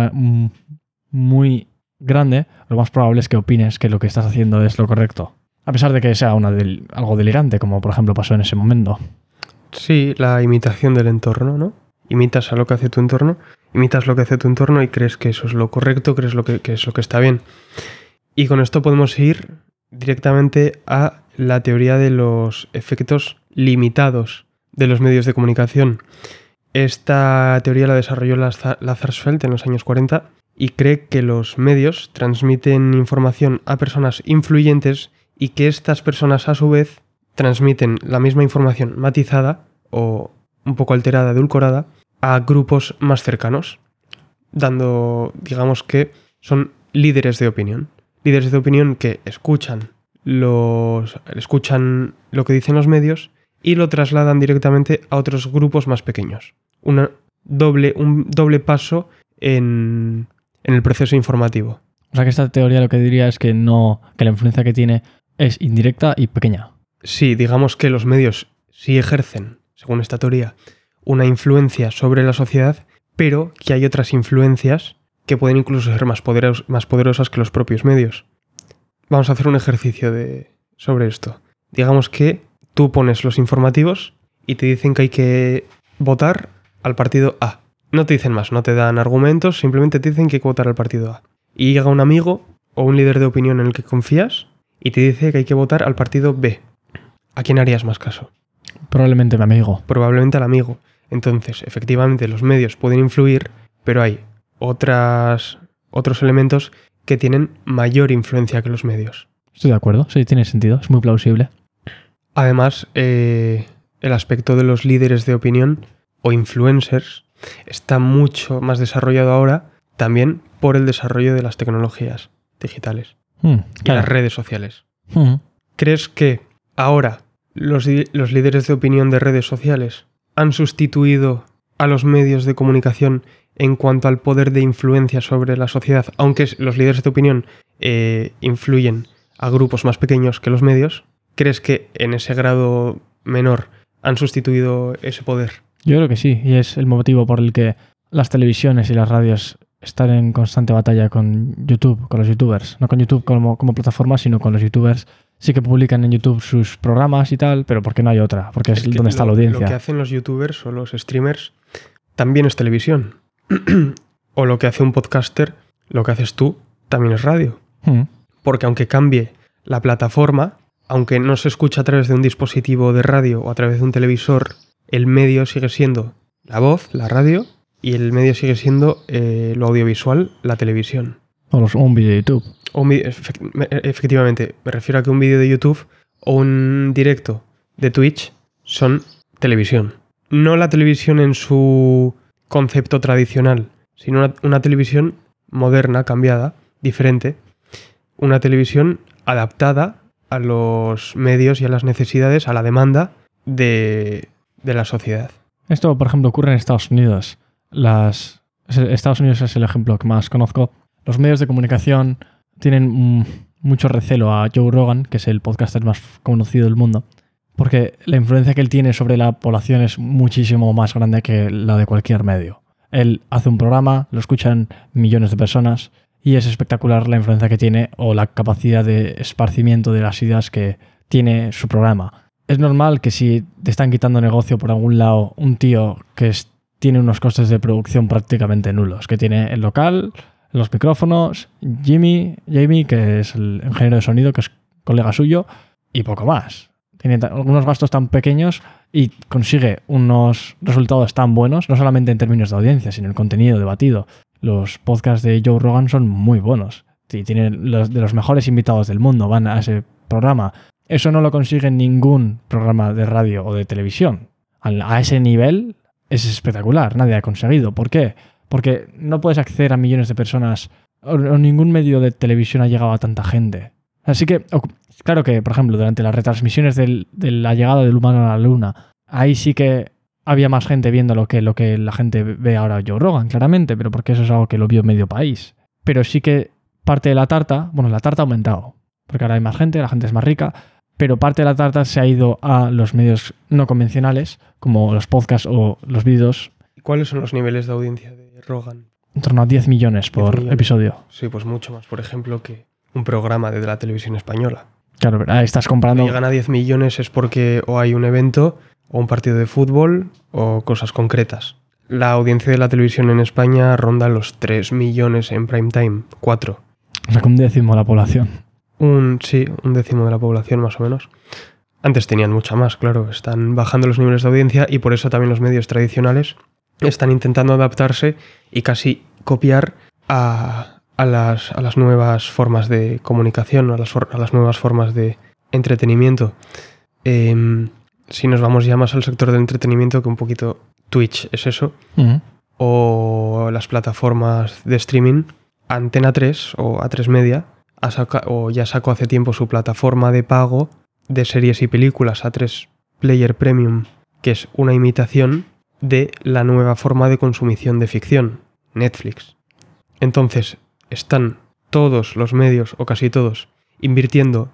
Speaker 1: muy grande, lo más probable es que opines que lo que estás haciendo es lo correcto. A pesar de que sea algo delirante, como por ejemplo pasó en ese momento.
Speaker 2: Sí, la imitación del entorno, ¿no? Imitas a lo que hace tu entorno. imitas lo que hace tu entorno y crees que eso es lo correcto, crees que es lo que está bien. Y con esto podemos ir directamente a la teoría de los efectos limitados de los medios de comunicación. Esta teoría la desarrolló Lazarsfeld en los años 40 y cree que los medios transmiten información a personas influyentes y que estas personas a su vez transmiten la misma información matizada o un poco alterada, edulcorada, a grupos más cercanos, dando, digamos que son líderes de opinión. Líderes de opinión que escuchan lo que dicen los medios y lo trasladan directamente a otros grupos más pequeños. Un doble paso en el proceso informativo.
Speaker 1: O sea que esta teoría lo que diría es que la influencia que tiene es indirecta y pequeña.
Speaker 2: Sí, digamos que los medios sí ejercen, según esta teoría, una influencia sobre la sociedad, pero que hay otras influencias que pueden incluso ser más poderosas que los propios medios. Vamos a hacer un ejercicio sobre esto. Digamos que tú pones los informativos y te dicen que hay que votar al partido A. No te dicen más, no te dan argumentos, simplemente te dicen que hay que votar al partido A. Y llega un amigo o un líder de opinión en el que confías y te dice que hay que votar al partido B. ¿A quién harías más caso?
Speaker 1: Probablemente mi amigo.
Speaker 2: Probablemente al amigo. Entonces, efectivamente, los medios pueden influir, pero hay otros elementos que tienen mayor influencia que los medios.
Speaker 1: Estoy de acuerdo, sí, tiene sentido, es muy plausible.
Speaker 2: Además, el aspecto de los líderes de opinión o influencers está mucho más desarrollado ahora, también por el desarrollo de las tecnologías digitales y las redes sociales. ¿Crees que ahora los líderes de opinión de redes sociales han sustituido a los medios de comunicación en cuanto al poder de influencia sobre la sociedad, aunque los líderes de opinión influyen a grupos más pequeños que los medios? ¿Crees que en ese grado menor han sustituido ese poder?
Speaker 1: Yo creo que sí, y es el motivo por el que las televisiones y las radios están en constante batalla con YouTube, con los youtubers. No con YouTube como plataforma, sino con los youtubers. Sí que publican en YouTube sus programas y tal, pero porque no hay otra, porque es donde está la audiencia.
Speaker 2: Lo que hacen los youtubers o los streamers también es televisión. O lo que hace un podcaster, lo que haces tú, también es radio. Porque aunque cambie la plataforma, aunque no se escuche a través de un dispositivo de radio o a través de un televisor, el medio sigue siendo la voz, la radio, y el medio sigue siendo lo audiovisual, la televisión.
Speaker 1: O un vídeo de YouTube.
Speaker 2: Efectivamente, me refiero a que un vídeo de YouTube o un directo de Twitch son televisión. No la televisión en su concepto tradicional, sino una televisión moderna, cambiada, diferente. Una televisión adaptada a los medios y a las necesidades, a la demanda de la sociedad.
Speaker 1: Esto, por ejemplo, ocurre en Estados Unidos. Estados Unidos es el ejemplo que más conozco. Los medios de comunicación tienen mucho recelo a Joe Rogan, que es el podcaster más conocido del mundo, porque la influencia que él tiene sobre la población es muchísimo más grande que la de cualquier medio. Él hace un programa, lo escuchan millones de personas y es espectacular la influencia que tiene o la capacidad de esparcimiento de las ideas que tiene su programa. Es normal que si te están quitando negocio por algún lado un tío que tiene unos costes de producción prácticamente nulos, que tiene el local, los micrófonos, Jamie, que es el ingeniero de sonido, que es colega suyo, y poco más. Tiene algunos gastos tan pequeños y consigue unos resultados tan buenos, no solamente en términos de audiencia, sino el contenido debatido. Los podcasts de Joe Rogan son muy buenos. Tiene de los mejores invitados del mundo, van a ese programa. Eso no lo consigue ningún programa de radio o de televisión. A ese nivel es espectacular, nadie ha conseguido. ¿Por qué? Porque no puedes acceder a millones de personas o ningún medio de televisión ha llegado a tanta gente. Así que, claro que, por ejemplo, durante las retransmisiones de la llegada del humano a la luna, ahí sí que había más gente viendo lo que la gente ve ahora a Joe Rogan, claramente, pero porque eso es algo que lo vio medio país. Pero sí que parte de la tarta ha aumentado, porque ahora hay más gente, la gente es más rica, pero parte de la tarta se ha ido a los medios no convencionales, como los podcasts o los vídeos.
Speaker 2: ¿Cuáles son los niveles de audiencia de Rogan?
Speaker 1: En torno a 10 millones por episodio.
Speaker 2: Sí, pues mucho más, por ejemplo, que un programa de la televisión española.
Speaker 1: Claro, pero estás comparando...
Speaker 2: Si llegan a 10 millones es porque o hay un evento, o un partido de fútbol, o cosas concretas. La audiencia de la televisión en España ronda los 3 millones en prime time, 4.
Speaker 1: O sea, que un décimo de la población.
Speaker 2: Sí, un décimo de la población más o menos. Antes tenían mucha más, claro. Están bajando los niveles de audiencia y por eso también los medios tradicionales están intentando adaptarse y casi copiar a las nuevas formas de comunicación, a las nuevas formas de entretenimiento. Si nos vamos ya más al sector del entretenimiento, que un poquito Twitch es eso, o las plataformas de streaming, Antena 3 o A3 Media ya sacó hace tiempo su plataforma de pago de series y películas, A3 Player Premium, que es una imitación de la nueva forma de consumición de ficción, Netflix. Entonces, están todos los medios, o casi todos, invirtiendo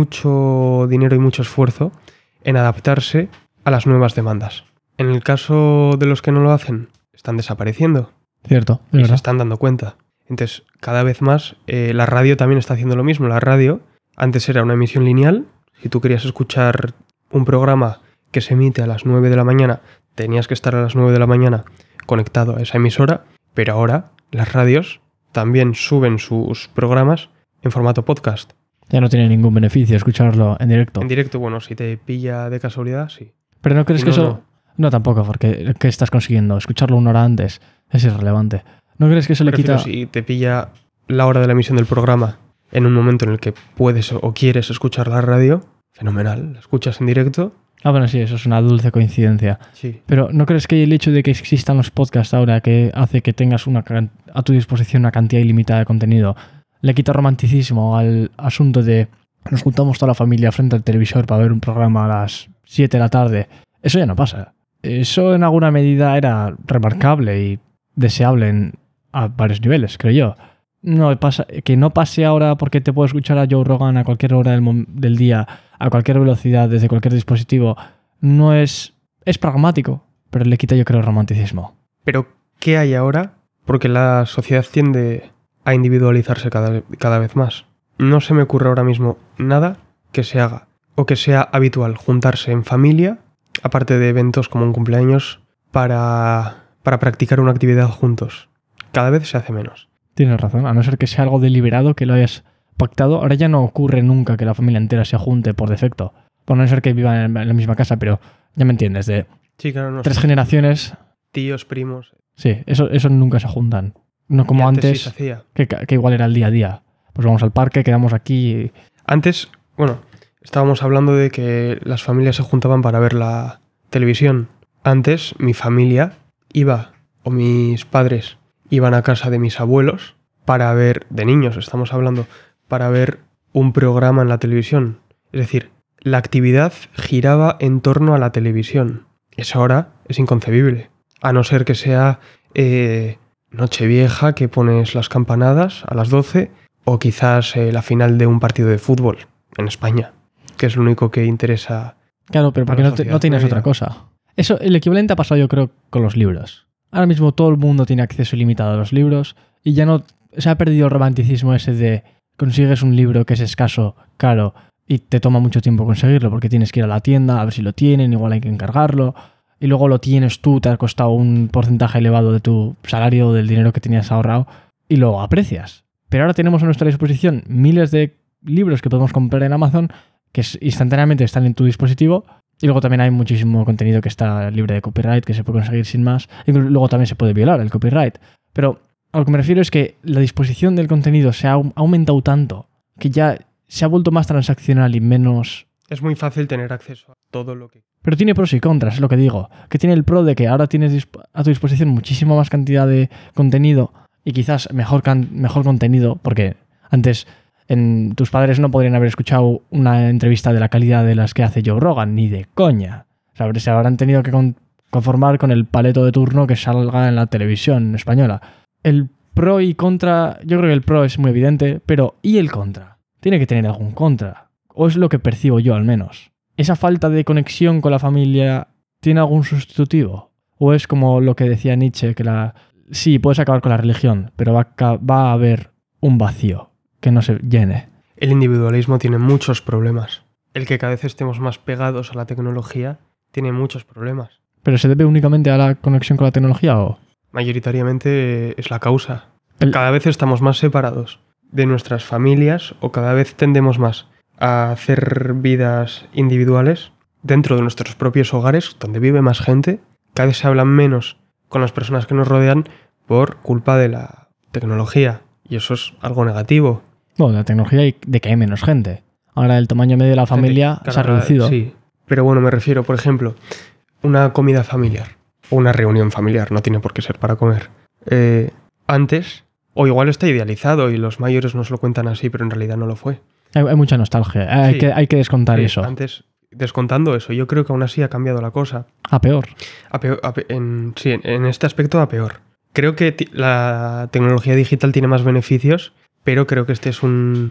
Speaker 2: mucho dinero y mucho esfuerzo en adaptarse a las nuevas demandas. En el caso de los que no lo hacen, están desapareciendo.
Speaker 1: Cierto,
Speaker 2: Y
Speaker 1: verdad.
Speaker 2: se están dando cuenta. Entonces, cada vez más, la radio también está haciendo lo mismo. La radio antes era una emisión lineal. Si tú querías escuchar un programa que se emite a las 9 de la mañana, tenías que estar a las 9 de la mañana conectado a esa emisora, pero ahora las radios también suben sus programas en formato podcast.
Speaker 1: Ya no tiene ningún beneficio escucharlo en directo.
Speaker 2: En directo, bueno, si te pilla de casualidad, sí.
Speaker 1: Pero ¿no crees
Speaker 2: Y
Speaker 1: que
Speaker 2: no,
Speaker 1: eso...? No, tampoco, porque ¿qué estás consiguiendo? Escucharlo una hora antes es irrelevante. ¿No crees que eso le
Speaker 2: Prefiero
Speaker 1: quita...?
Speaker 2: si te pilla la hora de la emisión del programa en un momento en el que puedes o quieres escuchar la radio, fenomenal. La escuchas en directo.
Speaker 1: Ah, bueno, sí, eso es una dulce coincidencia.
Speaker 2: Sí.
Speaker 1: Pero ¿no crees que el hecho de que existan los podcasts ahora, que hace que tengas a tu disposición una cantidad ilimitada de contenido, le quita romanticismo al asunto de nos juntamos toda la familia frente al televisor para ver un programa a las 7 de la tarde? Eso ya no pasa. Eso en alguna medida era remarcable y deseable a varios niveles, creo yo. No pasa, que no pase ahora porque te puedo escuchar a Joe Rogan a cualquier hora del día, a cualquier velocidad, desde cualquier dispositivo, no es pragmático, pero le quita, yo creo, romanticismo.
Speaker 2: Pero, ¿qué hay ahora? Porque la sociedad tiende a individualizarse cada vez más. No se me ocurre ahora mismo nada que se haga o que sea habitual juntarse en familia, aparte de eventos como un cumpleaños, para practicar una actividad juntos. Cada vez se hace menos.
Speaker 1: Tienes razón, a no ser que sea algo deliberado, que lo hayas pactado. Ahora ya no ocurre nunca que la familia entera se junte por defecto. Por no ser que vivan en la misma casa, pero ya me entiendes, de
Speaker 2: Sí, claro, no
Speaker 1: 3
Speaker 2: sé.
Speaker 1: generaciones,
Speaker 2: Tíos, primos.
Speaker 1: sí, eso nunca se juntan. No
Speaker 2: Y
Speaker 1: como antes,
Speaker 2: sí se hacía.
Speaker 1: que igual era el día a día. Pues vamos al parque, quedamos aquí y...
Speaker 2: Antes, bueno, estábamos hablando de que las familias se juntaban para ver la televisión. Antes, mi familia iba, o mis padres iban a casa de mis abuelos para ver, de niños estamos hablando, para ver un programa en la televisión. Es decir, la actividad giraba en torno a la televisión. Eso ahora es inconcebible. A no ser que sea Nochevieja, que pones las campanadas a las 12, o quizás la final de un partido de fútbol en España, que es lo único que interesa.
Speaker 1: Claro, pero porque
Speaker 2: Para la
Speaker 1: no
Speaker 2: sociedad
Speaker 1: tienes
Speaker 2: media.
Speaker 1: otra cosa. Eso, el equivalente ha pasado, yo creo, con los libros. Ahora mismo todo el mundo tiene acceso ilimitado a los libros y ya no se ha perdido el romanticismo ese de consigues un libro que es escaso, caro y te toma mucho tiempo conseguirlo porque tienes que ir a la tienda a ver si lo tienen, igual hay que encargarlo y luego lo tienes tú, te ha costado un porcentaje elevado de tu salario o del dinero que tenías ahorrado y lo aprecias. Pero ahora tenemos a nuestra disposición miles de libros que podemos comprar en Amazon que instantáneamente están en tu dispositivo. Y luego también hay muchísimo contenido que está libre de copyright, que se puede conseguir sin más. Y luego también se puede violar el copyright. Pero a lo que me refiero es que la disposición del contenido se ha aumentado tanto que ya se ha vuelto más transaccional y menos...
Speaker 2: Es muy fácil tener acceso a todo lo que...
Speaker 1: Pero tiene pros y contras, es lo que digo. Que tiene el pro de que ahora tienes a tu disposición muchísima más cantidad de contenido y quizás mejor contenido, porque antes... tus padres no podrían haber escuchado una entrevista de la calidad de las que hace Joe Rogan, ni de coña. O sea, se habrán tenido que conformar con el paleto de turno que salga en la televisión española. El pro y contra, yo creo que el pro es muy evidente, pero ¿y el contra? Tiene que tener algún contra. O es lo que percibo yo al menos. ¿Esa falta de conexión con la familia tiene algún sustitutivo? ¿O es como lo que decía Nietzsche, que sí, puedes acabar con la religión, pero va a haber un vacío que no se llene?
Speaker 2: El individualismo tiene muchos problemas. El que cada vez estemos más pegados a la tecnología tiene muchos problemas.
Speaker 1: ¿Pero se debe únicamente a la conexión con la tecnología o...?
Speaker 2: Mayoritariamente es la causa. Cada vez estamos más separados de nuestras familias o cada vez tendemos más a hacer vidas individuales dentro de nuestros propios hogares, donde vive más gente. Cada vez se hablan menos con las personas que nos rodean por culpa de la tecnología. Y eso es algo negativo.
Speaker 1: Bueno, de la tecnología y de que hay menos gente. Ahora el tamaño medio de la familia se ha reducido.
Speaker 2: Sí, pero bueno, me refiero, por ejemplo, una comida familiar o una reunión familiar, no tiene por qué ser para comer. Antes, o igual está idealizado y los mayores nos lo cuentan así, pero en realidad no lo fue.
Speaker 1: Hay mucha nostalgia. Hay que descontar eso.
Speaker 2: Antes, descontando eso, yo creo que aún así ha cambiado la cosa.
Speaker 1: A peor.
Speaker 2: En este aspecto a peor. Creo que la tecnología digital tiene más beneficios, pero creo que este es un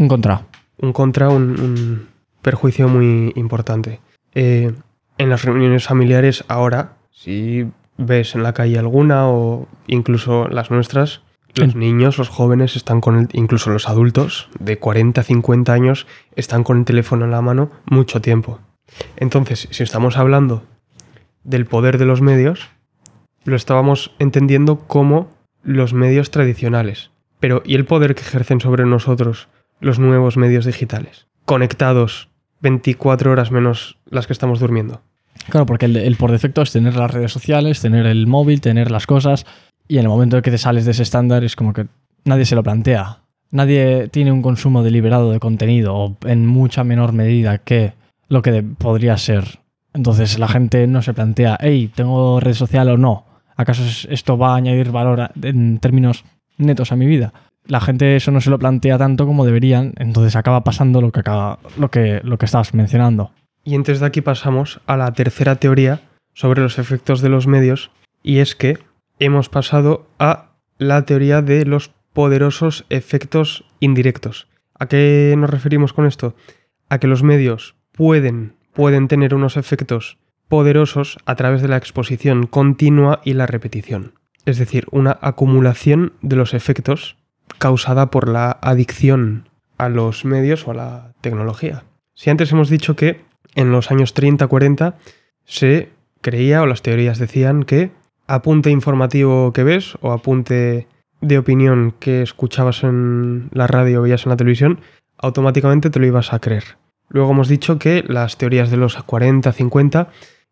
Speaker 2: perjuicio muy importante. En las reuniones familiares ahora, si ves en la calle alguna o incluso las nuestras, los niños, los jóvenes están incluso los adultos de 40, 50 años están con el teléfono en la mano mucho tiempo. Entonces, si estamos hablando del poder de los medios, lo estábamos entendiendo como los medios tradicionales. Pero, ¿y el poder que ejercen sobre nosotros los nuevos medios digitales? Conectados 24 horas menos las que estamos durmiendo.
Speaker 1: Claro, porque el por defecto es tener las redes sociales, tener el móvil, tener las cosas, y en el momento en que te sales de ese estándar es como que nadie se lo plantea. Nadie tiene un consumo deliberado de contenido o en mucha menor medida que lo que podría ser. Entonces la gente no se plantea, hey, ¿tengo red social o no? ¿Acaso esto va a añadir valor en términos netos a mi vida? La gente eso no se lo plantea tanto como deberían, entonces acaba pasando lo que estabas mencionando.
Speaker 2: Y entonces de aquí pasamos a la tercera teoría sobre los efectos de los medios, y es que hemos pasado a la teoría de los poderosos efectos indirectos. ¿A qué nos referimos con esto? A que los medios pueden tener unos efectos poderosos a través de la exposición continua y la repetición. Es decir, una acumulación de los efectos causada por la adicción a los medios o a la tecnología. Si antes hemos dicho que en los años 30-40 se creía, o las teorías decían, que apunte informativo que ves o apunte de opinión que escuchabas en la radio o veías en la televisión, automáticamente te lo ibas a creer. Luego hemos dicho que las teorías de los 40-50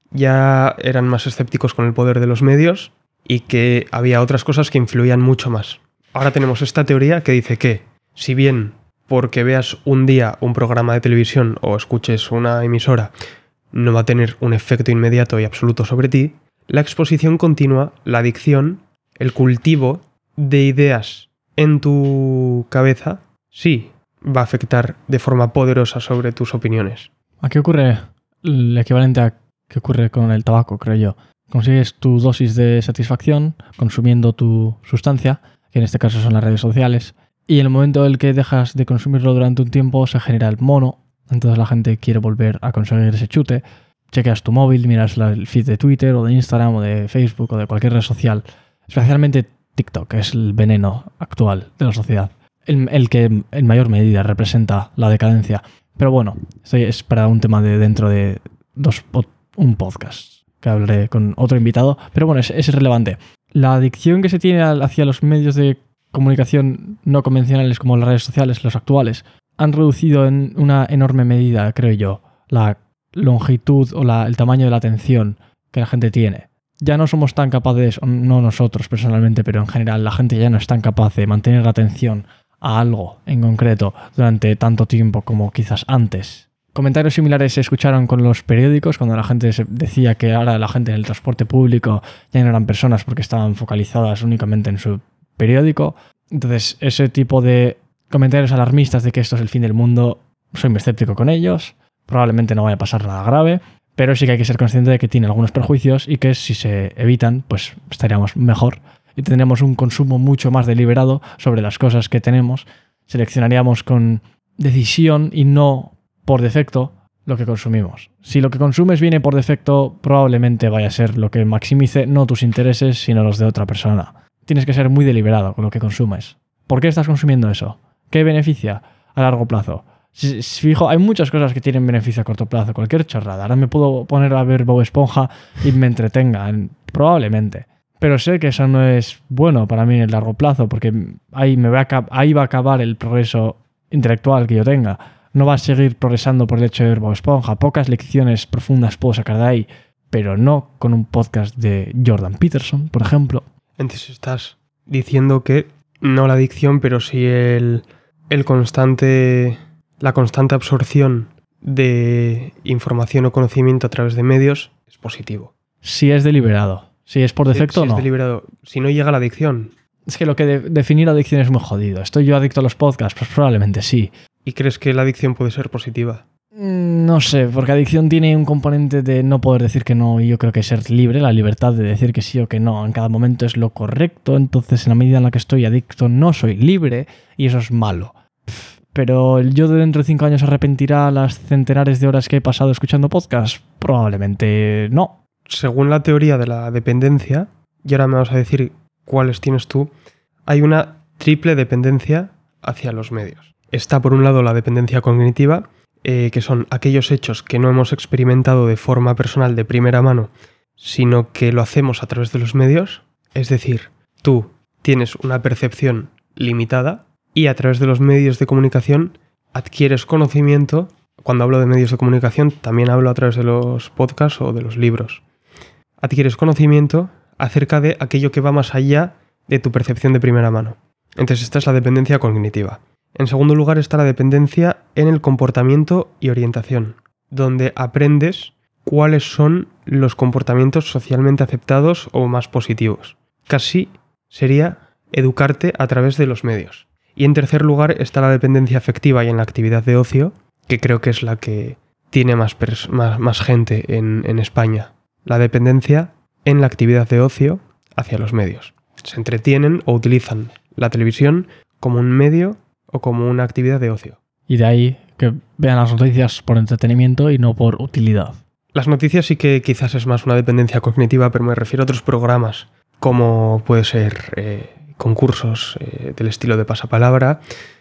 Speaker 2: ya eran más escépticos con el poder de los medios y que había otras cosas que influían mucho más. Ahora tenemos esta teoría que dice que, si bien porque veas un día un programa de televisión o escuches una emisora no va a tener un efecto inmediato y absoluto sobre ti, la exposición continua, la adicción, el cultivo de ideas en tu cabeza, sí va a afectar de forma poderosa sobre tus opiniones.
Speaker 1: Aquí ocurre el equivalente a que ocurre con el tabaco, creo yo. Consigues tu dosis de satisfacción consumiendo tu sustancia, que en este caso son las redes sociales, y en el momento en el que dejas de consumirlo durante un tiempo se genera el mono, entonces la gente quiere volver a conseguir ese chute. Chequeas tu móvil, miras el feed de Twitter o de Instagram o de Facebook o de cualquier red social, especialmente TikTok, que es el veneno actual de la sociedad, el que en mayor medida representa la decadencia. Pero bueno, esto es para un tema de dentro de un podcast que hablaré con otro invitado, pero bueno, es relevante. La adicción que se tiene hacia los medios de comunicación no convencionales como las redes sociales, los actuales, han reducido en una enorme medida, creo yo, la longitud o el tamaño de la atención que la gente tiene. Ya no somos tan capaces, no nosotros personalmente, pero en general la gente ya no es tan capaz de mantener la atención a algo en concreto durante tanto tiempo como quizás antes. Comentarios similares se escucharon con los periódicos, cuando la gente decía que ahora la gente en el transporte público ya no eran personas porque estaban focalizadas únicamente en su periódico. Entonces, ese tipo de comentarios alarmistas de que esto es el fin del mundo, soy muy escéptico con ellos. Probablemente no vaya a pasar nada grave, pero sí que hay que ser consciente de que tiene algunos perjuicios y que si se evitan, pues estaríamos mejor y tendríamos un consumo mucho más deliberado sobre las cosas que tenemos. Seleccionaríamos con decisión y no por defecto lo que consumimos. Si lo que consumes viene por defecto, probablemente vaya a ser lo que maximice no tus intereses, sino los de otra persona. Tienes que ser muy deliberado con lo que consumes. ¿Por qué estás consumiendo eso? ¿Qué beneficia a largo plazo? Fijo, hay muchas cosas que tienen beneficio a corto plazo, cualquier chorrada. Ahora me puedo poner a ver Bob Esponja y me entretenga, probablemente. Pero sé que eso no es bueno para mí en el largo plazo, porque ahí va a acabar el progreso intelectual que yo tenga. No va a seguir progresando por el hecho de ver Bob Esponja. Pocas lecciones profundas puedo sacar de ahí, pero no con un podcast de Jordan Peterson, por ejemplo.
Speaker 2: Entonces estás diciendo que no la adicción, pero sí la constante absorción de información o conocimiento a través de medios es positivo.
Speaker 1: Si es deliberado. Si es por defecto,
Speaker 2: si
Speaker 1: no.
Speaker 2: Es deliberado. Si no llega la adicción.
Speaker 1: Es que lo que definir adicción es muy jodido. ¿Estoy yo adicto a los podcasts? Pues probablemente sí.
Speaker 2: ¿Y crees que la adicción puede ser positiva?
Speaker 1: No sé, porque adicción tiene un componente de no poder decir que no, y yo creo que ser libre, la libertad de decir que sí o que no en cada momento es lo correcto. Entonces, en la medida en la que estoy adicto, no soy libre, y eso es malo. Pero el yo de dentro de 5 años arrepentirá las centenares de horas que he pasado escuchando podcasts. Probablemente no.
Speaker 2: Según la teoría de la dependencia, y ahora me vas a decir cuáles tienes tú, hay una triple dependencia hacia los medios. Está por un lado la dependencia cognitiva, que son aquellos hechos que no hemos experimentado de forma personal de primera mano, sino que lo hacemos a través de los medios. Es decir, tú tienes una percepción limitada y a través de los medios de comunicación adquieres conocimiento. Cuando hablo de medios de comunicación, también hablo a través de los podcasts o de los libros. Adquieres conocimiento acerca de aquello que va más allá de tu percepción de primera mano. Entonces esta es la dependencia cognitiva. En segundo lugar está la dependencia en el comportamiento y orientación, donde aprendes cuáles son los comportamientos socialmente aceptados o más positivos. Casi sería educarte a través de los medios. Y en tercer lugar está la dependencia afectiva y en la actividad de ocio, que creo que es la que tiene más gente en España. La dependencia en la actividad de ocio hacia los medios. Se entretienen o utilizan la televisión como un medio o como una actividad de ocio.
Speaker 1: Y de ahí que vean las noticias por entretenimiento y no por utilidad.
Speaker 2: Las noticias sí que quizás es más una dependencia cognitiva, pero me refiero a otros programas, como puede ser concursos del estilo de Pasapalabra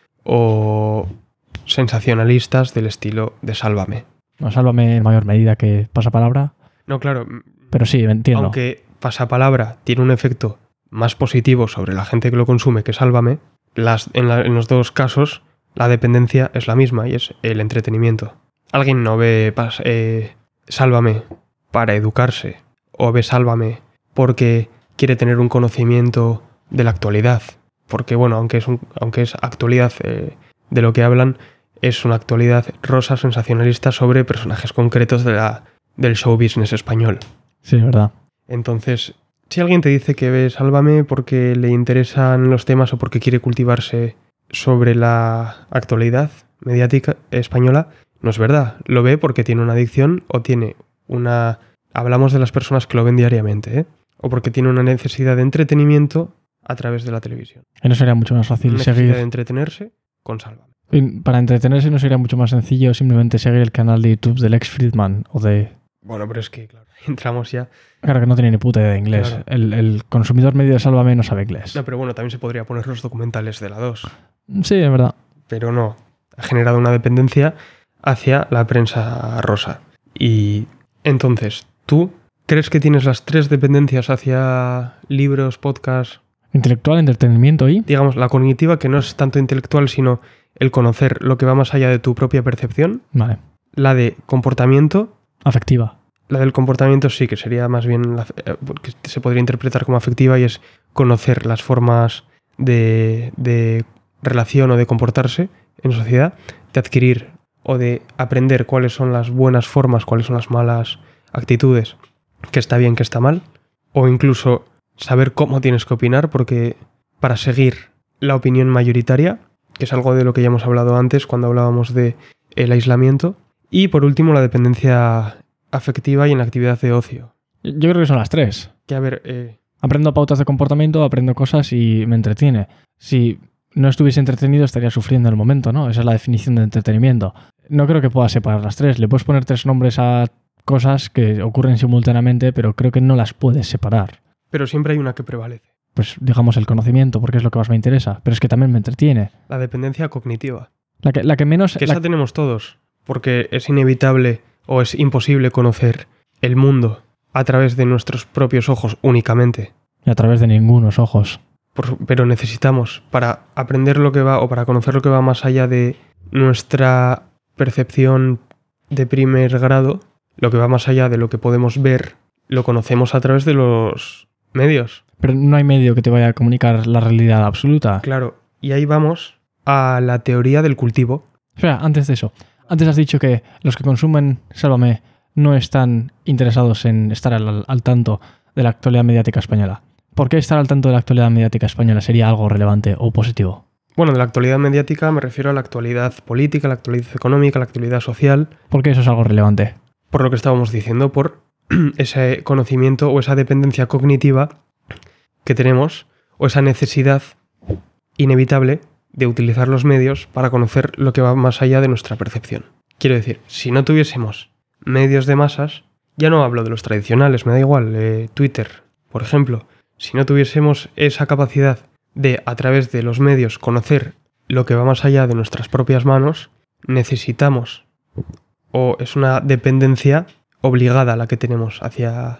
Speaker 2: o sensacionalistas del estilo de Sálvame.
Speaker 1: No, Sálvame en mayor medida que Pasapalabra.
Speaker 2: No, claro.
Speaker 1: Pero sí, entiendo.
Speaker 2: Aunque Pasapalabra tiene un efecto más positivo sobre la gente que lo consume que Sálvame, en los dos casos la dependencia es la misma y es el entretenimiento. Alguien no ve Sálvame para educarse o ve Sálvame porque quiere tener un conocimiento de la actualidad. Porque, bueno, aunque es actualidad de lo que hablan, es una actualidad rosa sensacionalista sobre personajes concretos del show business español.
Speaker 1: Sí, es verdad.
Speaker 2: Entonces, si alguien te dice que ve Sálvame porque le interesan los temas o porque quiere cultivarse sobre la actualidad mediática española, no es verdad. Lo ve porque tiene una adicción o tiene una... Hablamos de las personas que lo ven diariamente, ¿eh? O porque tiene una necesidad de entretenimiento a través de la televisión.
Speaker 1: Y no sería mucho más fácil
Speaker 2: una
Speaker 1: seguir...
Speaker 2: necesidad de entretenerse con Sálvame.
Speaker 1: Y para entretenerse no sería mucho más sencillo simplemente seguir el canal de YouTube del ex Friedman o de...
Speaker 2: Bueno, pero es que, claro, entramos ya...
Speaker 1: Claro que no tiene ni puta idea de inglés.
Speaker 2: Claro.
Speaker 1: El consumidor medio de Sálvame no sabe inglés.
Speaker 2: No, pero bueno, también se podría poner los documentales de la 2.
Speaker 1: Sí, es verdad.
Speaker 2: Pero no. Ha generado una dependencia hacia la prensa rosa. Y entonces, ¿tú crees que tienes las tres dependencias hacia libros, podcasts?
Speaker 1: Intelectual, entretenimiento y...
Speaker 2: Digamos, la cognitiva, que no es tanto intelectual, sino el conocer lo que va más allá de tu propia percepción.
Speaker 1: Vale.
Speaker 2: La de comportamiento.
Speaker 1: Afectiva.
Speaker 2: La del comportamiento sí, que sería más bien... porque se podría interpretar como afectiva y es conocer las formas de relación o de comportarse en sociedad, de adquirir o de aprender cuáles son las buenas formas, cuáles son las malas actitudes, qué está bien, qué está mal, o incluso saber cómo tienes que opinar, porque para seguir la opinión mayoritaria, que es algo de lo que ya hemos hablado antes cuando hablábamos de el aislamiento, y por último la dependencia afectiva y en la actividad de ocio.
Speaker 1: Yo creo que son las tres.
Speaker 2: Que a ver...
Speaker 1: Aprendo pautas de comportamiento, aprendo cosas y me entretiene. Si no estuviese entretenido estaría sufriendo en el momento, ¿no? Esa es la definición de entretenimiento. No creo que pueda separar las tres. Le puedes poner tres nombres a cosas que ocurren simultáneamente, pero creo que no las puedes separar.
Speaker 2: Pero siempre hay una que prevalece.
Speaker 1: Pues digamos el conocimiento, porque es lo que más me interesa. Pero es que también me entretiene.
Speaker 2: La dependencia cognitiva.
Speaker 1: La que menos...
Speaker 2: Que esa tenemos todos, porque es inevitable o es imposible conocer el mundo a través de nuestros propios ojos únicamente.
Speaker 1: Y a través de ningunos ojos.
Speaker 2: Pero necesitamos, para aprender lo que va o para conocer lo que va más allá de nuestra percepción de primer grado, lo que va más allá de lo que podemos ver, lo conocemos a través de los medios.
Speaker 1: Pero no hay medio que te vaya a comunicar la realidad absoluta.
Speaker 2: Claro, y ahí vamos a la teoría del cultivo.
Speaker 1: Espera, antes de eso. Antes has dicho que los que consumen Sálvame no están interesados en estar al tanto de la actualidad mediática española. ¿Por qué estar al tanto de la actualidad mediática española sería algo relevante o positivo?
Speaker 2: Bueno, de la actualidad mediática me refiero a la actualidad política, la actualidad económica, la actualidad social.
Speaker 1: ¿Por qué eso es algo relevante?
Speaker 2: Por lo que estábamos diciendo, por ese conocimiento o esa dependencia cognitiva que tenemos, o esa necesidad inevitable de utilizar los medios para conocer lo que va más allá de nuestra percepción. Quiero decir, si no tuviésemos medios de masas, ya no hablo de los tradicionales, me da igual, Twitter, por ejemplo, si no tuviésemos esa capacidad de, a través de los medios, conocer lo que va más allá de nuestras propias manos, necesitamos, o es una dependencia obligada la que tenemos hacia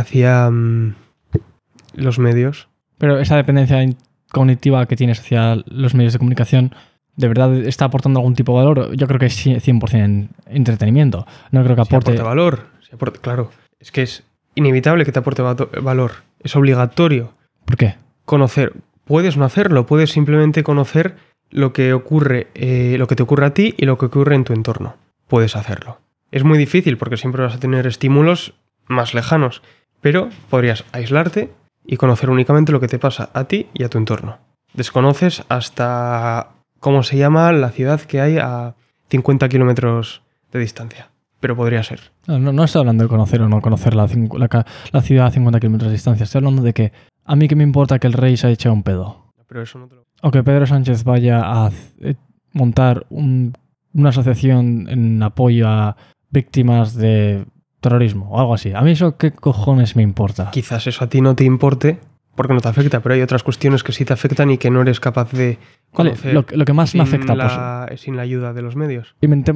Speaker 2: los medios.
Speaker 1: Pero esa dependencia cognitiva que tienes hacia los medios de comunicación, ¿de verdad está aportando algún tipo de valor? Yo creo que es 100% entretenimiento. No creo que aporte...
Speaker 2: Si aporta valor, claro. Es que es inevitable que te aporte valor. Es obligatorio.
Speaker 1: ¿Por qué?
Speaker 2: Conocer. Puedes no hacerlo, puedes simplemente conocer lo que ocurre, lo que te ocurre a ti y lo que ocurre en tu entorno. Puedes hacerlo. Es muy difícil porque siempre vas a tener estímulos más lejanos, pero podrías aislarte y conocer únicamente lo que te pasa a ti y a tu entorno. Desconoces hasta cómo se llama la ciudad que hay a 50 kilómetros de distancia, pero podría ser.
Speaker 1: No estoy hablando de conocer o no conocer la ciudad a 50 kilómetros de distancia. Estoy hablando de que a mí que me importa que el rey se haya echado un pedo.
Speaker 2: Pero eso no te lo...
Speaker 1: O que Pedro Sánchez vaya a montar una asociación en apoyo a víctimas de terrorismo o algo así. A mí eso, ¿qué cojones me importa?
Speaker 2: Quizás eso a ti no te importe porque no te afecta, pero hay otras cuestiones que sí te afectan y que no eres capaz de conocer.
Speaker 1: Vale, lo que más me afecta
Speaker 2: sin la ayuda de los medios.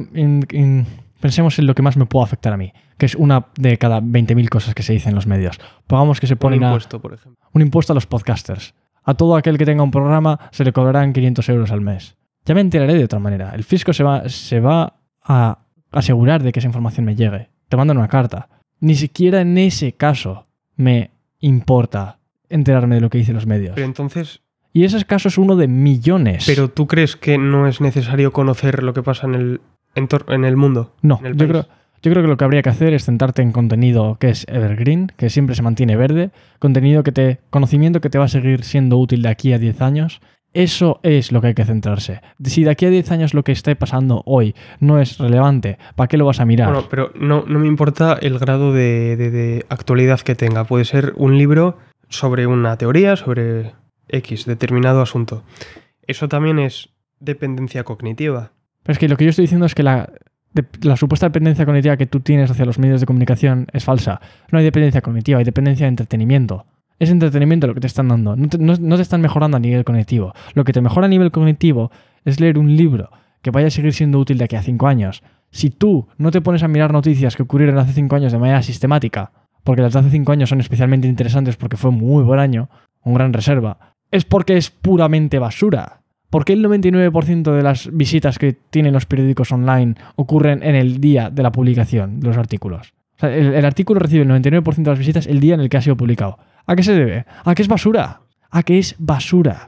Speaker 1: Pensemos en lo que más me puede afectar a mí, que es una de cada 20.000 cosas que se dicen en los medios. Pongamos que se ponen
Speaker 2: un impuesto, por ejemplo.
Speaker 1: Un impuesto a los podcasters. A todo aquel que tenga un programa se le cobrarán 500 euros al mes. Ya me enteraré de otra manera. El fisco se va a asegurar de que esa información me llegue. Te mandan una carta. Ni siquiera en ese caso me importa enterarme de lo que dicen los medios.
Speaker 2: Pero entonces...
Speaker 1: Y ese caso es uno de millones.
Speaker 2: ¿Pero tú crees que no es necesario conocer lo que pasa en el mundo?
Speaker 1: No,
Speaker 2: en el
Speaker 1: yo creo que lo que habría que hacer es centrarte en contenido que es evergreen, que siempre se mantiene verde, conocimiento que te va a seguir siendo útil de aquí a 10 años. Eso es lo que hay que centrarse. Si de aquí a 10 años lo que esté pasando hoy no es relevante, ¿para qué lo vas a mirar?
Speaker 2: Bueno, pero no me importa el grado de actualidad que tenga. Puede ser un libro sobre una teoría, sobre X, determinado asunto. Eso también es dependencia cognitiva.
Speaker 1: Pero es que lo que yo estoy diciendo es que la supuesta dependencia cognitiva que tú tienes hacia los medios de comunicación es falsa. No hay dependencia cognitiva, hay dependencia de entretenimiento. Es entretenimiento lo que te están dando. No te están mejorando a nivel cognitivo. Lo que te mejora a nivel cognitivo es leer un libro que vaya a seguir siendo útil de aquí a 5 años. Si tú no te pones a mirar noticias que ocurrieron hace 5 años de manera sistemática, porque las de hace 5 años son especialmente interesantes porque fue un muy buen año, un gran reserva, es porque es puramente basura. ¿Por qué el 99% de las visitas que tienen los periódicos online ocurren en el día de la publicación de los artículos? O sea, el artículo recibe el 99% de las visitas el día en el que ha sido publicado. ¿A qué se debe? ¿A qué es basura? ¿A qué es basura?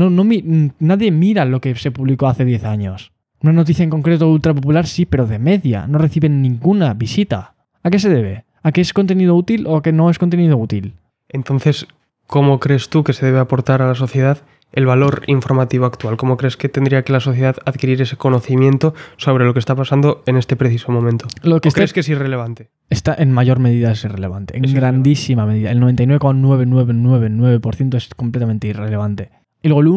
Speaker 1: Nadie mira lo que se publicó hace 10 años. Una noticia en concreto ultra popular sí, pero de media. No reciben ninguna visita. ¿A qué se debe? ¿A qué es contenido útil o a qué no es contenido útil?
Speaker 2: Entonces, ¿cómo crees tú que se debe aportar a la sociedad el valor informativo actual? ¿Cómo crees que tendría que la sociedad adquirir ese conocimiento sobre lo que está pasando en este preciso momento? ¿O crees que es irrelevante?
Speaker 1: Está en mayor medida es irrelevante, en grandísima medida. El 99,9999% es completamente irrelevante. Y luego el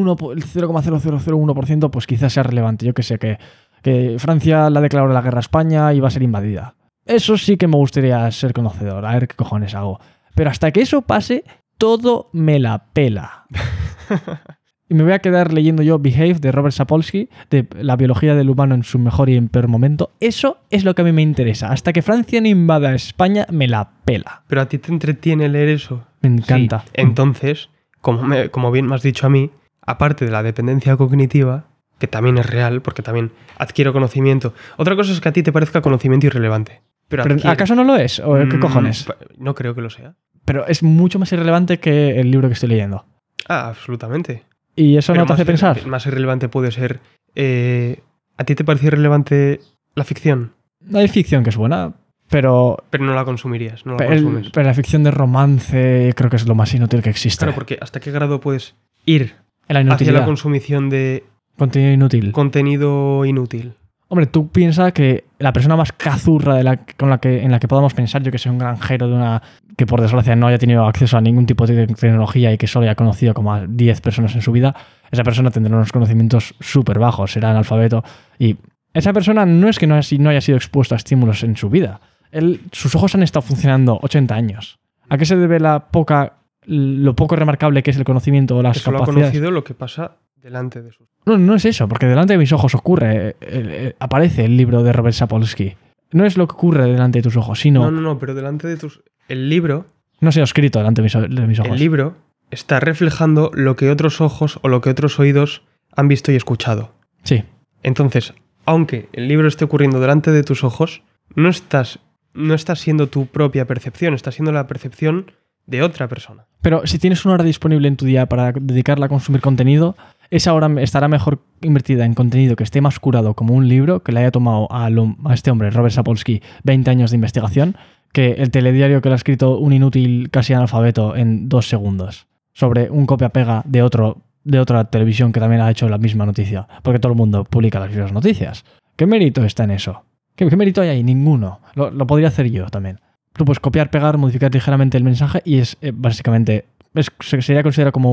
Speaker 1: 0,0001% pues quizás sea relevante. Yo que sé, que Francia le ha declarado la guerra a España y va a ser invadida. Eso sí que me gustaría ser conocedor, a ver qué cojones hago. Pero hasta que eso pase, todo me la pela. y me voy a quedar leyendo yo Behave de Robert Sapolsky, de la biología del humano en su mejor y en peor momento. Eso es lo que a mí me interesa. Hasta que Francia no invada España, me la pela.
Speaker 2: Pero a ti te entretiene leer eso.
Speaker 1: Me encanta.
Speaker 2: Sí. Entonces, como bien me has dicho a mí, aparte de la dependencia cognitiva, que también es real, porque también adquiero conocimiento. Otra cosa es que a ti te parezca conocimiento irrelevante. Pero
Speaker 1: ¿acaso no lo es? ¿O qué cojones?
Speaker 2: No creo que lo sea.
Speaker 1: Pero es mucho más irrelevante que el libro que estoy leyendo.
Speaker 2: Ah, absolutamente.
Speaker 1: ¿Y eso
Speaker 2: Pero
Speaker 1: no te hace pensar?
Speaker 2: Más irrelevante puede ser... ¿A ti te parece irrelevante la ficción?
Speaker 1: Hay ficción que es buena, pero...
Speaker 2: Pero no la consumirías, no la consumes.
Speaker 1: Pero la ficción de romance creo que es lo más inútil que existe.
Speaker 2: Claro, porque ¿hasta qué grado puedes ir
Speaker 1: en la
Speaker 2: hacia
Speaker 1: inutilidad.
Speaker 2: la consumición de
Speaker 1: Contenido inútil.
Speaker 2: contenido inútil?
Speaker 1: Hombre, tú piensas que la persona más cazurra en la que podamos pensar, yo que soy un granjero de una que por desgracia no haya tenido acceso a ningún tipo de tecnología y que solo haya conocido como a 10 personas en su vida, esa persona tendrá unos conocimientos súper bajos, será analfabeto. Y esa persona no es que no haya sido expuesto a estímulos en su vida. Sus ojos han estado funcionando 80 años. ¿A qué se debe lo poco remarcable que es el conocimiento o las
Speaker 2: Que solo
Speaker 1: capacidades?
Speaker 2: ha conocido lo que pasa delante de sus...
Speaker 1: No es eso, porque delante de mis ojos ocurre, aparece el libro de Robert Sapolsky. No es lo que ocurre delante de tus ojos, sino...
Speaker 2: No, pero delante de tus... El libro...
Speaker 1: No se ha escrito delante de mis ojos.
Speaker 2: El libro está reflejando lo que otros ojos o lo que otros oídos han visto y escuchado.
Speaker 1: Sí.
Speaker 2: Entonces, aunque el libro esté ocurriendo delante de tus ojos, no estás siendo tu propia percepción, estás siendo la percepción de otra persona.
Speaker 1: Pero si tienes una hora disponible en tu día para dedicarla a consumir contenido, esa hora estará mejor invertida en contenido que esté más curado como un libro que le haya tomado a este hombre, Robert Sapolsky, 20 años de investigación, que el telediario que le ha escrito un inútil casi analfabeto en 2 segundos sobre un copia-pega de otra televisión que también ha hecho la misma noticia, porque todo el mundo publica las mismas noticias. ¿Qué mérito está en eso? ¿Qué mérito hay ahí? Ninguno. Lo podría hacer yo también. Tú puedes copiar, pegar, modificar ligeramente el mensaje y es básicamente sería considerado como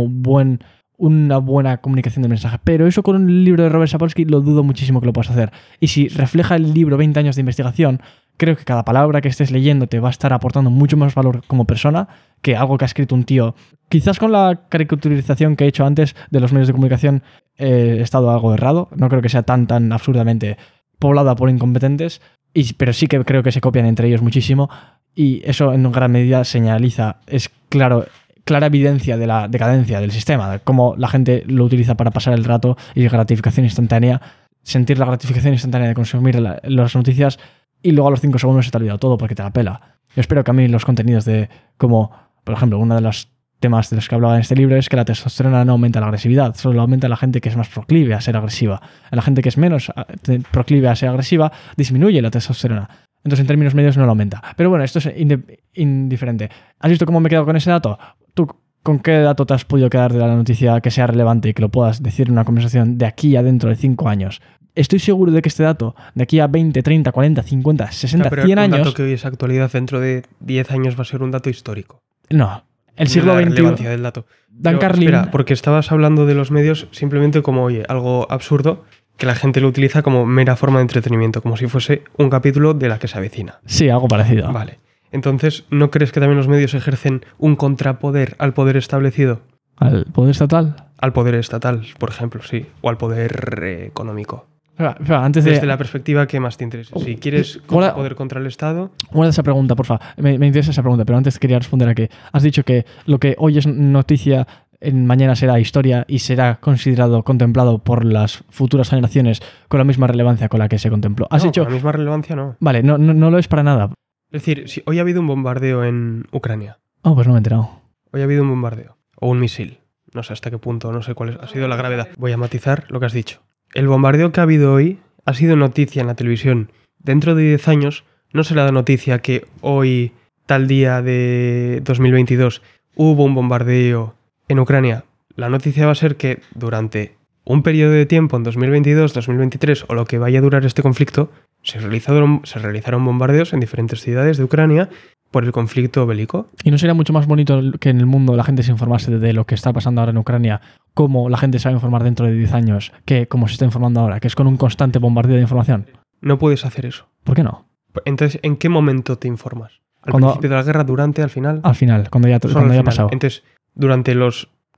Speaker 1: una buena comunicación del mensaje. Pero eso con un libro de Robert Sapolsky lo dudo muchísimo que lo puedas hacer. Y si refleja el libro 20 años de investigación, creo que cada palabra que estés leyendo te va a estar aportando mucho más valor como persona que algo que ha escrito un tío. Quizás con la caricaturización que he hecho antes de los medios de comunicación he estado algo errado. No creo que sea tan absurdamente poblada por incompetentes, pero sí que creo que se copian entre ellos muchísimo. Y eso en gran medida señaliza, es clara evidencia de la decadencia del sistema, de cómo la gente lo utiliza para pasar el rato y gratificación instantánea, sentir la gratificación instantánea de consumir las noticias y luego a los 5 segundos se te ha olvidado todo porque te la pela. Yo espero que a mí los contenidos como, por ejemplo, uno de los temas de los que hablaba en este libro es que la testosterona no aumenta la agresividad, solo aumenta a la gente que es más proclive a ser agresiva. A la gente que es menos proclive a ser agresiva disminuye la testosterona. Entonces, en términos medios no lo aumenta. Pero bueno, esto es indiferente. ¿Has visto cómo me he quedado con ese dato? ¿Tú con qué dato te has podido quedar de la noticia que sea relevante y que lo puedas decir en una conversación de aquí a dentro de 5 años? Estoy seguro de que este dato, de aquí a 20, 30, 40, 50, 60, 100 años...
Speaker 2: Un dato que hoy es actualidad, dentro de 10 años va a ser un dato histórico.
Speaker 1: No. El siglo XXI...
Speaker 2: La relevancia del dato.
Speaker 1: Dan Carlin...
Speaker 2: Espera, porque estabas hablando de los medios simplemente como, oye, algo absurdo que la gente lo utiliza como mera forma de entretenimiento, como si fuese un capítulo de La que se avecina.
Speaker 1: Sí, algo parecido.
Speaker 2: Vale. Entonces, ¿no crees que también los medios ejercen un contrapoder al poder establecido?
Speaker 1: ¿Al poder estatal?
Speaker 2: Al poder estatal, por ejemplo, sí. O al poder económico.
Speaker 1: Espera, antes de...
Speaker 2: Desde la perspectiva que más te interese. Si quieres poder contra el Estado...
Speaker 1: Guarda esa pregunta, porfa. Me interesa esa pregunta, pero antes quería responder a que has dicho que lo que hoy es noticia... mañana será historia y será contemplado por las futuras generaciones con la misma relevancia con la que se contempló.
Speaker 2: Con la misma relevancia no.
Speaker 1: Vale, no lo es para nada.
Speaker 2: Es decir, si hoy ha habido un bombardeo en Ucrania.
Speaker 1: Oh, pues no me he enterado.
Speaker 2: Hoy ha habido un bombardeo. O un misil. No sé hasta qué punto, no sé cuál ha sido la gravedad. Voy a matizar lo que has dicho. El bombardeo que ha habido hoy ha sido noticia en la televisión. Dentro de 10 años no será noticia que hoy, tal día de 2022, hubo un bombardeo en Ucrania. La noticia va a ser que durante un periodo de tiempo, en 2022, 2023 o lo que vaya a durar este conflicto, se realizaron bombardeos en diferentes ciudades de Ucrania por el conflicto bélico.
Speaker 1: ¿Y no sería mucho más bonito que en el mundo la gente se informase de lo que está pasando ahora en Ucrania, cómo la gente se va a informar dentro de 10 años, que como se está informando ahora, que es con un constante bombardeo de información?
Speaker 2: No puedes hacer eso.
Speaker 1: ¿Por qué no?
Speaker 2: Entonces, ¿en qué momento te informas? ¿Al
Speaker 1: principio
Speaker 2: de la guerra, durante, al final?
Speaker 1: Al final, cuando ya ha pasado.
Speaker 2: Entonces, durante los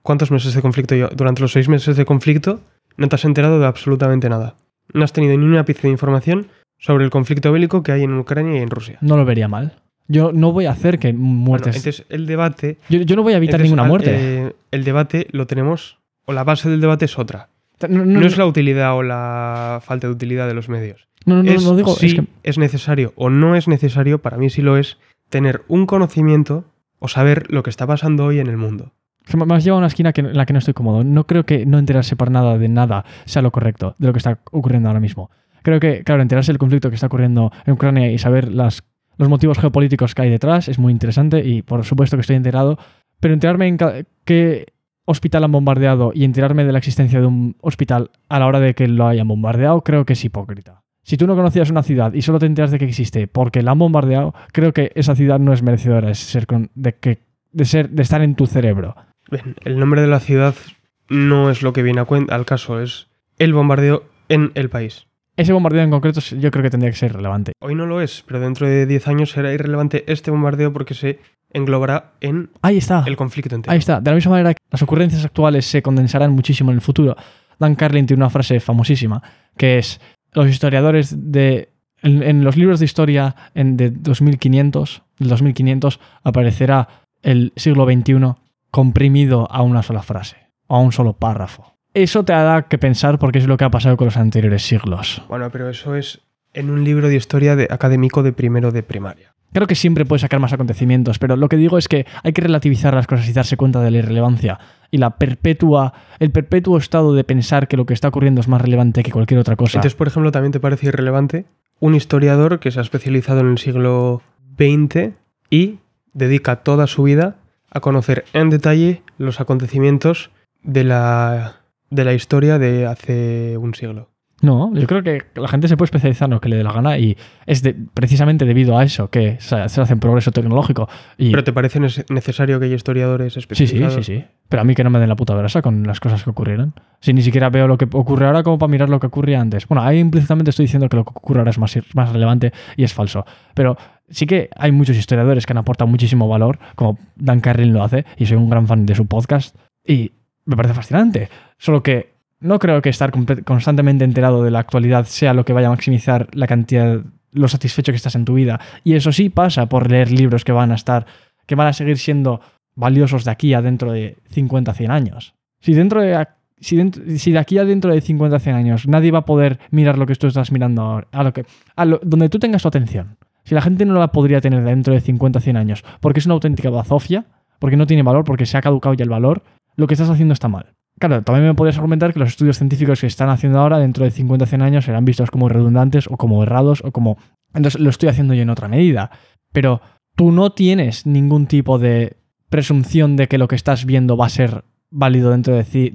Speaker 2: ¿cuántos meses de conflicto yo? Durante los 6 meses de conflicto no te has enterado de absolutamente nada. No has tenido ni una pizca de información sobre el conflicto bélico que hay en Ucrania y en Rusia.
Speaker 1: No lo vería mal. Yo no voy a hacer que muertes...
Speaker 2: Bueno, entonces el debate...
Speaker 1: Yo no voy a evitar ninguna muerte.
Speaker 2: El debate lo tenemos... O la base del debate es otra.
Speaker 1: No,
Speaker 2: No es la utilidad o la falta de utilidad de los medios.
Speaker 1: no digo...
Speaker 2: Si
Speaker 1: es que...
Speaker 2: es necesario o no es necesario, para mí sí lo es, tener un conocimiento o saber lo que está pasando hoy en el mundo.
Speaker 1: Me has llevado a una esquina en la que no estoy cómodo. No creo que no enterarse para nada de nada sea lo correcto de lo que está ocurriendo ahora mismo. Creo que, claro, enterarse del conflicto que está ocurriendo en Ucrania y saber los motivos geopolíticos que hay detrás es muy interesante y por supuesto que estoy enterado, pero enterarme en qué hospital han bombardeado y enterarme de la existencia de un hospital a la hora de que lo hayan bombardeado, creo que es hipócrita. Si tú no conocías una ciudad y solo te enteras de que existe porque la han bombardeado, creo que esa ciudad no es merecedora de estar en tu cerebro.
Speaker 2: Bien, el nombre de la ciudad no es lo que viene al caso, es el bombardeo en el país.
Speaker 1: Ese bombardeo en concreto yo creo que tendría que ser relevante.
Speaker 2: Hoy no lo es, pero dentro de 10 años será irrelevante este bombardeo porque se englobará en
Speaker 1: Ahí está.
Speaker 2: el conflicto entero.
Speaker 1: Ahí está. De la misma manera que las ocurrencias actuales se condensarán muchísimo en el futuro. Dan Carlin tiene una frase famosísima que es: los historiadores en los libros de historia de 2500 aparecerá el siglo XXI comprimido a una sola frase o a un solo párrafo. Eso te hará que pensar porque es lo que ha pasado con los anteriores siglos.
Speaker 2: Bueno, pero eso es en un libro de historia académico de primero de primaria.
Speaker 1: Creo que siempre puedes sacar más acontecimientos, pero lo que digo es que hay que relativizar las cosas y darse cuenta de la irrelevancia y el perpetuo estado de pensar que lo que está ocurriendo es más relevante que cualquier otra cosa.
Speaker 2: Entonces, por ejemplo, ¿también te parece irrelevante un historiador que se ha especializado en el siglo XX y dedica toda su vida a conocer en detalle los acontecimientos de la historia de hace un siglo?
Speaker 1: No, yo creo que la gente se puede especializar en lo que le dé la gana y es precisamente debido a eso que se hace un progreso tecnológico.
Speaker 2: ¿Pero te parece necesario que haya historiadores especializados?
Speaker 1: Sí. Pero a mí que no me den la puta brasa con las cosas que ocurrieron. Si ni siquiera veo lo que ocurre ahora como para mirar lo que ocurría antes. Bueno, ahí implícitamente estoy diciendo que lo que ocurre ahora es más relevante y es falso. Pero sí que hay muchos historiadores que han aportado muchísimo valor, como Dan Carlin lo hace, y soy un gran fan de su podcast, y me parece fascinante. Solo que no creo que estar constantemente enterado de la actualidad sea lo que vaya a maximizar la cantidad, lo satisfecho que estás en tu vida. Y eso sí pasa por leer libros que van a seguir siendo valiosos de aquí a dentro de 50, 100 años. Si de aquí a dentro de 50, 100 años nadie va a poder mirar lo que tú estás mirando ahora, donde tú tengas tu atención. Si la gente no la podría tener dentro de 50, 100 años, porque es una auténtica bazofia, porque no tiene valor, porque se ha caducado ya el valor, lo que estás haciendo está mal. Claro, también me podrías argumentar que los estudios científicos que están haciendo ahora dentro de 50 100 años serán vistos como redundantes o como errados o como... Entonces lo estoy haciendo yo en otra medida. Pero tú no tienes ningún tipo de presunción de que lo que estás viendo va a ser válido dentro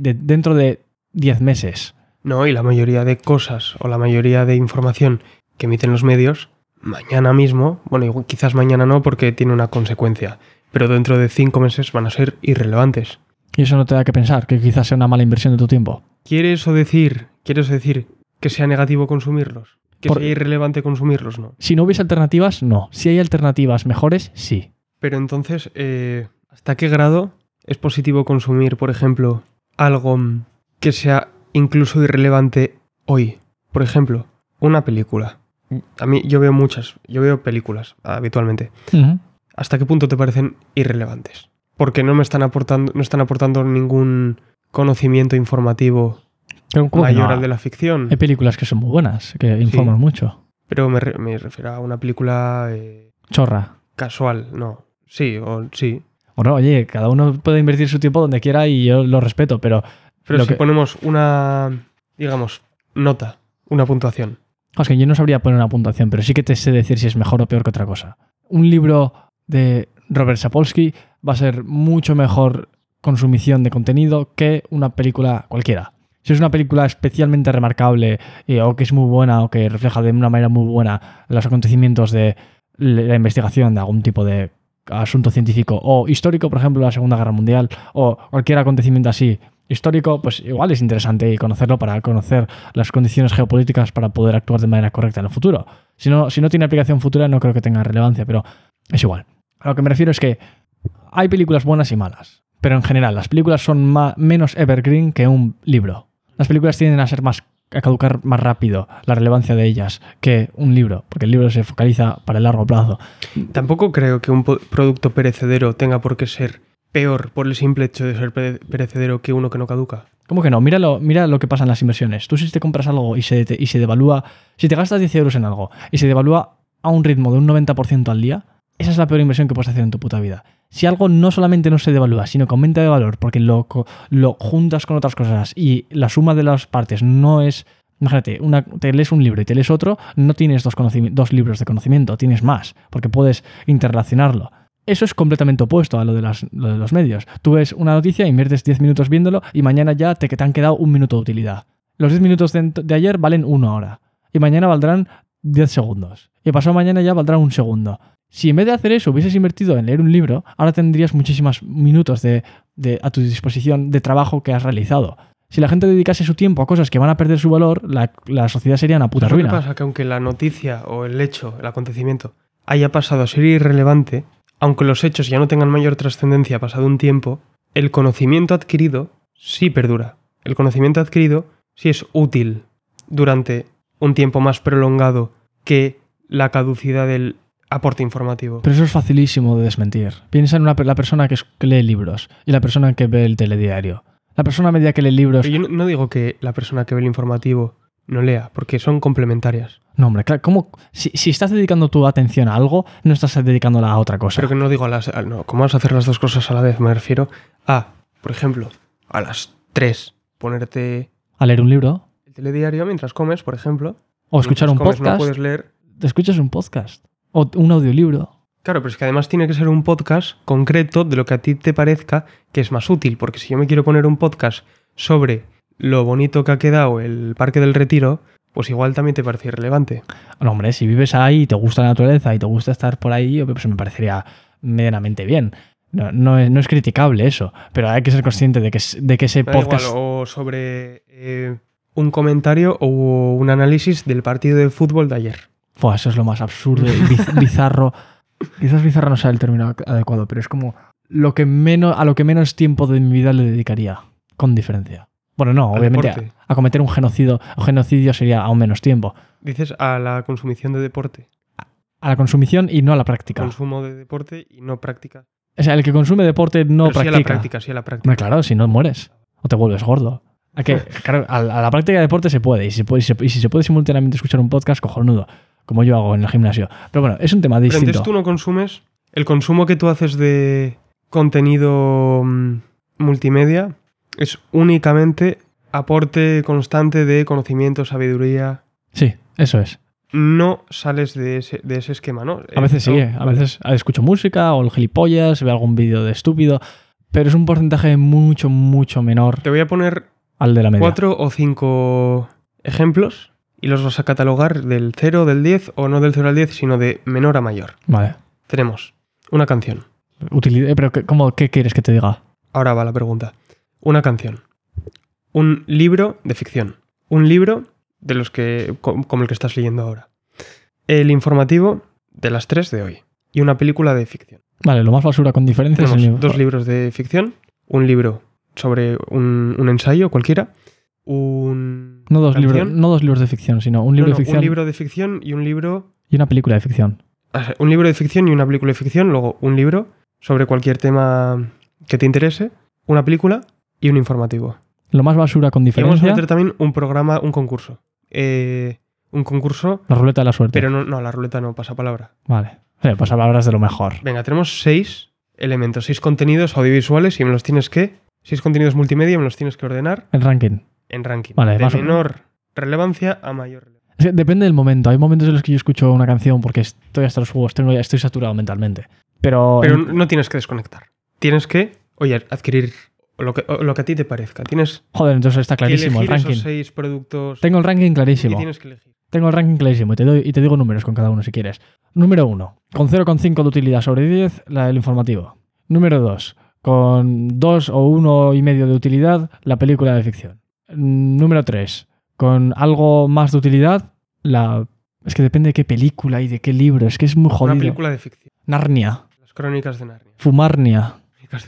Speaker 1: de 10 meses.
Speaker 2: No, y la mayoría de cosas o la mayoría de información que emiten los medios, mañana mismo, bueno, quizás mañana no porque tiene una consecuencia, pero dentro de 5 meses van a ser irrelevantes.
Speaker 1: Y eso no te da que pensar, que quizás sea una mala inversión de tu tiempo.
Speaker 2: ¿Quieres decir que sea negativo consumirlos? ¿Que sea irrelevante consumirlos? No.
Speaker 1: Si no hubiese alternativas, no. Si hay alternativas mejores, sí.
Speaker 2: Pero entonces, ¿hasta qué grado es positivo consumir, por ejemplo, algo que sea incluso irrelevante hoy? Por ejemplo, una película. A mí yo veo películas habitualmente.
Speaker 1: Uh-huh.
Speaker 2: ¿Hasta qué punto te parecen irrelevantes? Porque no están aportando ningún conocimiento informativo mayor al de la ficción.
Speaker 1: Hay películas que son muy buenas, que informan mucho.
Speaker 2: Pero me refiero a una película...
Speaker 1: chorra.
Speaker 2: Casual, no. Sí, o sí.
Speaker 1: Bueno, oye, cada uno puede invertir su tiempo donde quiera y yo lo respeto, pero...
Speaker 2: Pero si ponemos una, digamos, nota, una puntuación.
Speaker 1: Es que yo no sabría poner una puntuación, pero sí que te sé decir si es mejor o peor que otra cosa. Un libro de Robert Sapolsky va a ser mucho mejor consumición de contenido que una película cualquiera. Si es una película especialmente remarcable o que es muy buena o que refleja de una manera muy buena los acontecimientos de la investigación de algún tipo de asunto científico o histórico, por ejemplo, la Segunda Guerra Mundial o cualquier acontecimiento así histórico, pues igual es interesante conocerlo para conocer las condiciones geopolíticas para poder actuar de manera correcta en el futuro. Si no tiene aplicación futura, no creo que tenga relevancia, pero es igual. A lo que me refiero es que hay películas buenas y malas, pero en general, las películas son menos evergreen que un libro. Las películas tienden a caducar más rápido la relevancia de ellas que un libro, porque el libro se focaliza para el largo plazo.
Speaker 2: Tampoco creo que un producto perecedero tenga por qué ser peor por el simple hecho de ser perecedero que uno que no caduca.
Speaker 1: ¿Cómo que no? Mira lo que pasa en las inversiones. Tú si te compras algo y se devalúa, si te gastas 10 euros en algo y se devalúa a un ritmo de un 90% al día, esa es la peor inversión que puedes hacer en tu puta vida. Si algo no solamente no se devalúa, sino que aumenta de valor porque lo juntas con otras cosas y la suma de las partes no es... Imagínate, te lees un libro y te lees otro, no tienes dos libros de conocimiento, tienes más, porque puedes interrelacionarlo. Eso es completamente opuesto a lo de los medios. Tú ves una noticia, inviertes 10 minutos viéndolo y mañana ya te han quedado un minuto de utilidad. Los 10 minutos de ayer valen 1 hora y mañana valdrán 10 segundos. Y pasado mañana ya valdrán 1 segundo. Si en vez de hacer eso hubieses invertido en leer un libro, ahora tendrías muchísimos minutos a tu disposición de trabajo que has realizado. Si la gente dedicase su tiempo a cosas que van a perder su valor, la sociedad sería una puta ruina.
Speaker 2: Lo que pasa es que aunque la noticia o el hecho, el acontecimiento, haya pasado a ser irrelevante, aunque los hechos ya no tengan mayor trascendencia pasado un tiempo, el conocimiento adquirido sí perdura. El conocimiento adquirido sí es útil durante un tiempo más prolongado que la caducidad del aporte informativo.
Speaker 1: Pero eso es facilísimo de desmentir. Piensa en la persona que lee libros y la persona que ve el telediario. La persona media que lee libros...
Speaker 2: Pero yo no digo que la persona que ve el informativo no lea, porque son complementarias.
Speaker 1: No, hombre, claro, ¿cómo? Si estás dedicando tu atención a algo, no estás dedicándola a otra cosa.
Speaker 2: Pero que no digo no, ¿cómo vas a hacer las dos cosas a la vez? Me refiero a, por ejemplo, a las 3 ponerte...
Speaker 1: A leer un libro.
Speaker 2: El telediario mientras comes, por ejemplo.
Speaker 1: O escuchar un podcast.
Speaker 2: No puedes leer.
Speaker 1: Te escuchas un podcast. O un audiolibro.
Speaker 2: Claro, pero es que además tiene que ser un podcast concreto de lo que a ti te parezca que es más útil. Porque si yo me quiero poner un podcast sobre lo bonito que ha quedado el Parque del Retiro, pues igual también te parece irrelevante.
Speaker 1: No, hombre, si vives ahí y te gusta la naturaleza y te gusta estar por ahí, pues me parecería medianamente bien. No es criticable eso, pero hay que ser consciente de que ese podcast...
Speaker 2: Igual, o sobre un comentario o un análisis del partido de fútbol de ayer.
Speaker 1: Pues eso es lo más absurdo y bizarro. Quizás bizarro no sea el término adecuado, pero es como a lo que menos tiempo de mi vida le dedicaría, con diferencia. Bueno, no, obviamente a cometer un genocidio. Un genocidio sería aún menos tiempo.
Speaker 2: Dices a la consumición de deporte.
Speaker 1: A la consumición y no a la práctica.
Speaker 2: Consumo de deporte y no práctica.
Speaker 1: O sea, el que consume deporte no
Speaker 2: pero
Speaker 1: practica.
Speaker 2: Sí a la práctica.
Speaker 1: Bueno, claro, si no mueres o te vuelves gordo. Claro, a la práctica de deporte se puede. Y si se puede simultáneamente escuchar un podcast, cojonudo. Como yo hago en el gimnasio. Pero bueno, es un tema distinto.
Speaker 2: Pero entonces tú no consumes... El consumo que tú haces de contenido multimedia es únicamente aporte constante de conocimiento, sabiduría...
Speaker 1: Sí, eso es.
Speaker 2: No sales de ese esquema, ¿no?
Speaker 1: A veces sí, a veces escucho música o el gilipollas, veo algún vídeo de estúpido, pero es un porcentaje mucho, mucho menor.
Speaker 2: Te voy a poner
Speaker 1: al de la media.
Speaker 2: 4 o 5 ejemplos y los vas a catalogar del 0, del 10 o no del 0 al 10, sino de menor a mayor.
Speaker 1: Vale.
Speaker 2: Tenemos una canción.
Speaker 1: Pero ¿qué quieres que te diga?
Speaker 2: Ahora va la pregunta. Una canción. Un libro de ficción. Un libro de los que como el que estás leyendo ahora. El informativo de las 3 de hoy. Y una película de ficción.
Speaker 1: Vale, lo más basura con diferencia es
Speaker 2: Tenemos 2 libros de ficción, un libro sobre un ensayo cualquiera,
Speaker 1: no dos libros de ficción, sino un libro de ficción.
Speaker 2: Un libro de ficción y un libro...
Speaker 1: Y una película de ficción.
Speaker 2: Un libro de ficción y una película de ficción, luego un libro sobre cualquier tema que te interese, una película y un informativo.
Speaker 1: Lo más basura con diferencia...
Speaker 2: Y vamos a meter también un programa, un concurso. Un concurso...
Speaker 1: La ruleta de la suerte.
Speaker 2: Pero no, la ruleta no, pasapalabra.
Speaker 1: Vale. Pasapalabras de lo mejor.
Speaker 2: Venga, tenemos 6 elementos, 6 contenidos audiovisuales y me los tienes que... 6 contenidos multimedia, me los tienes que ordenar...
Speaker 1: En ranking.
Speaker 2: En ranking.
Speaker 1: Vale,
Speaker 2: de menor relevancia a mayor relevancia.
Speaker 1: Es que depende del momento. Hay momentos en los que yo escucho una canción porque estoy hasta los huevos, estoy saturado mentalmente. Pero
Speaker 2: no tienes que desconectar. Tienes que, adquirir lo que a ti te parezca. Tienes
Speaker 1: Joder, entonces está clarísimo el ranking.
Speaker 2: Esos 6 productos.
Speaker 1: Tengo el ranking clarísimo.
Speaker 2: Y tienes que elegir.
Speaker 1: Tengo el ranking clarísimo y te digo números con cada uno si quieres. Número 1, con 0,5 de utilidad sobre 10, el informativo. Número 2, con 2 o 1,5 de utilidad, la película de ficción. Número 3, con algo más de utilidad, es que depende de qué película y de qué libro, es que es muy jodido.
Speaker 2: Una película de ficción.
Speaker 1: Narnia.
Speaker 2: Las crónicas de Narnia.
Speaker 1: Fumarnia.
Speaker 2: Crónicas de Narnia.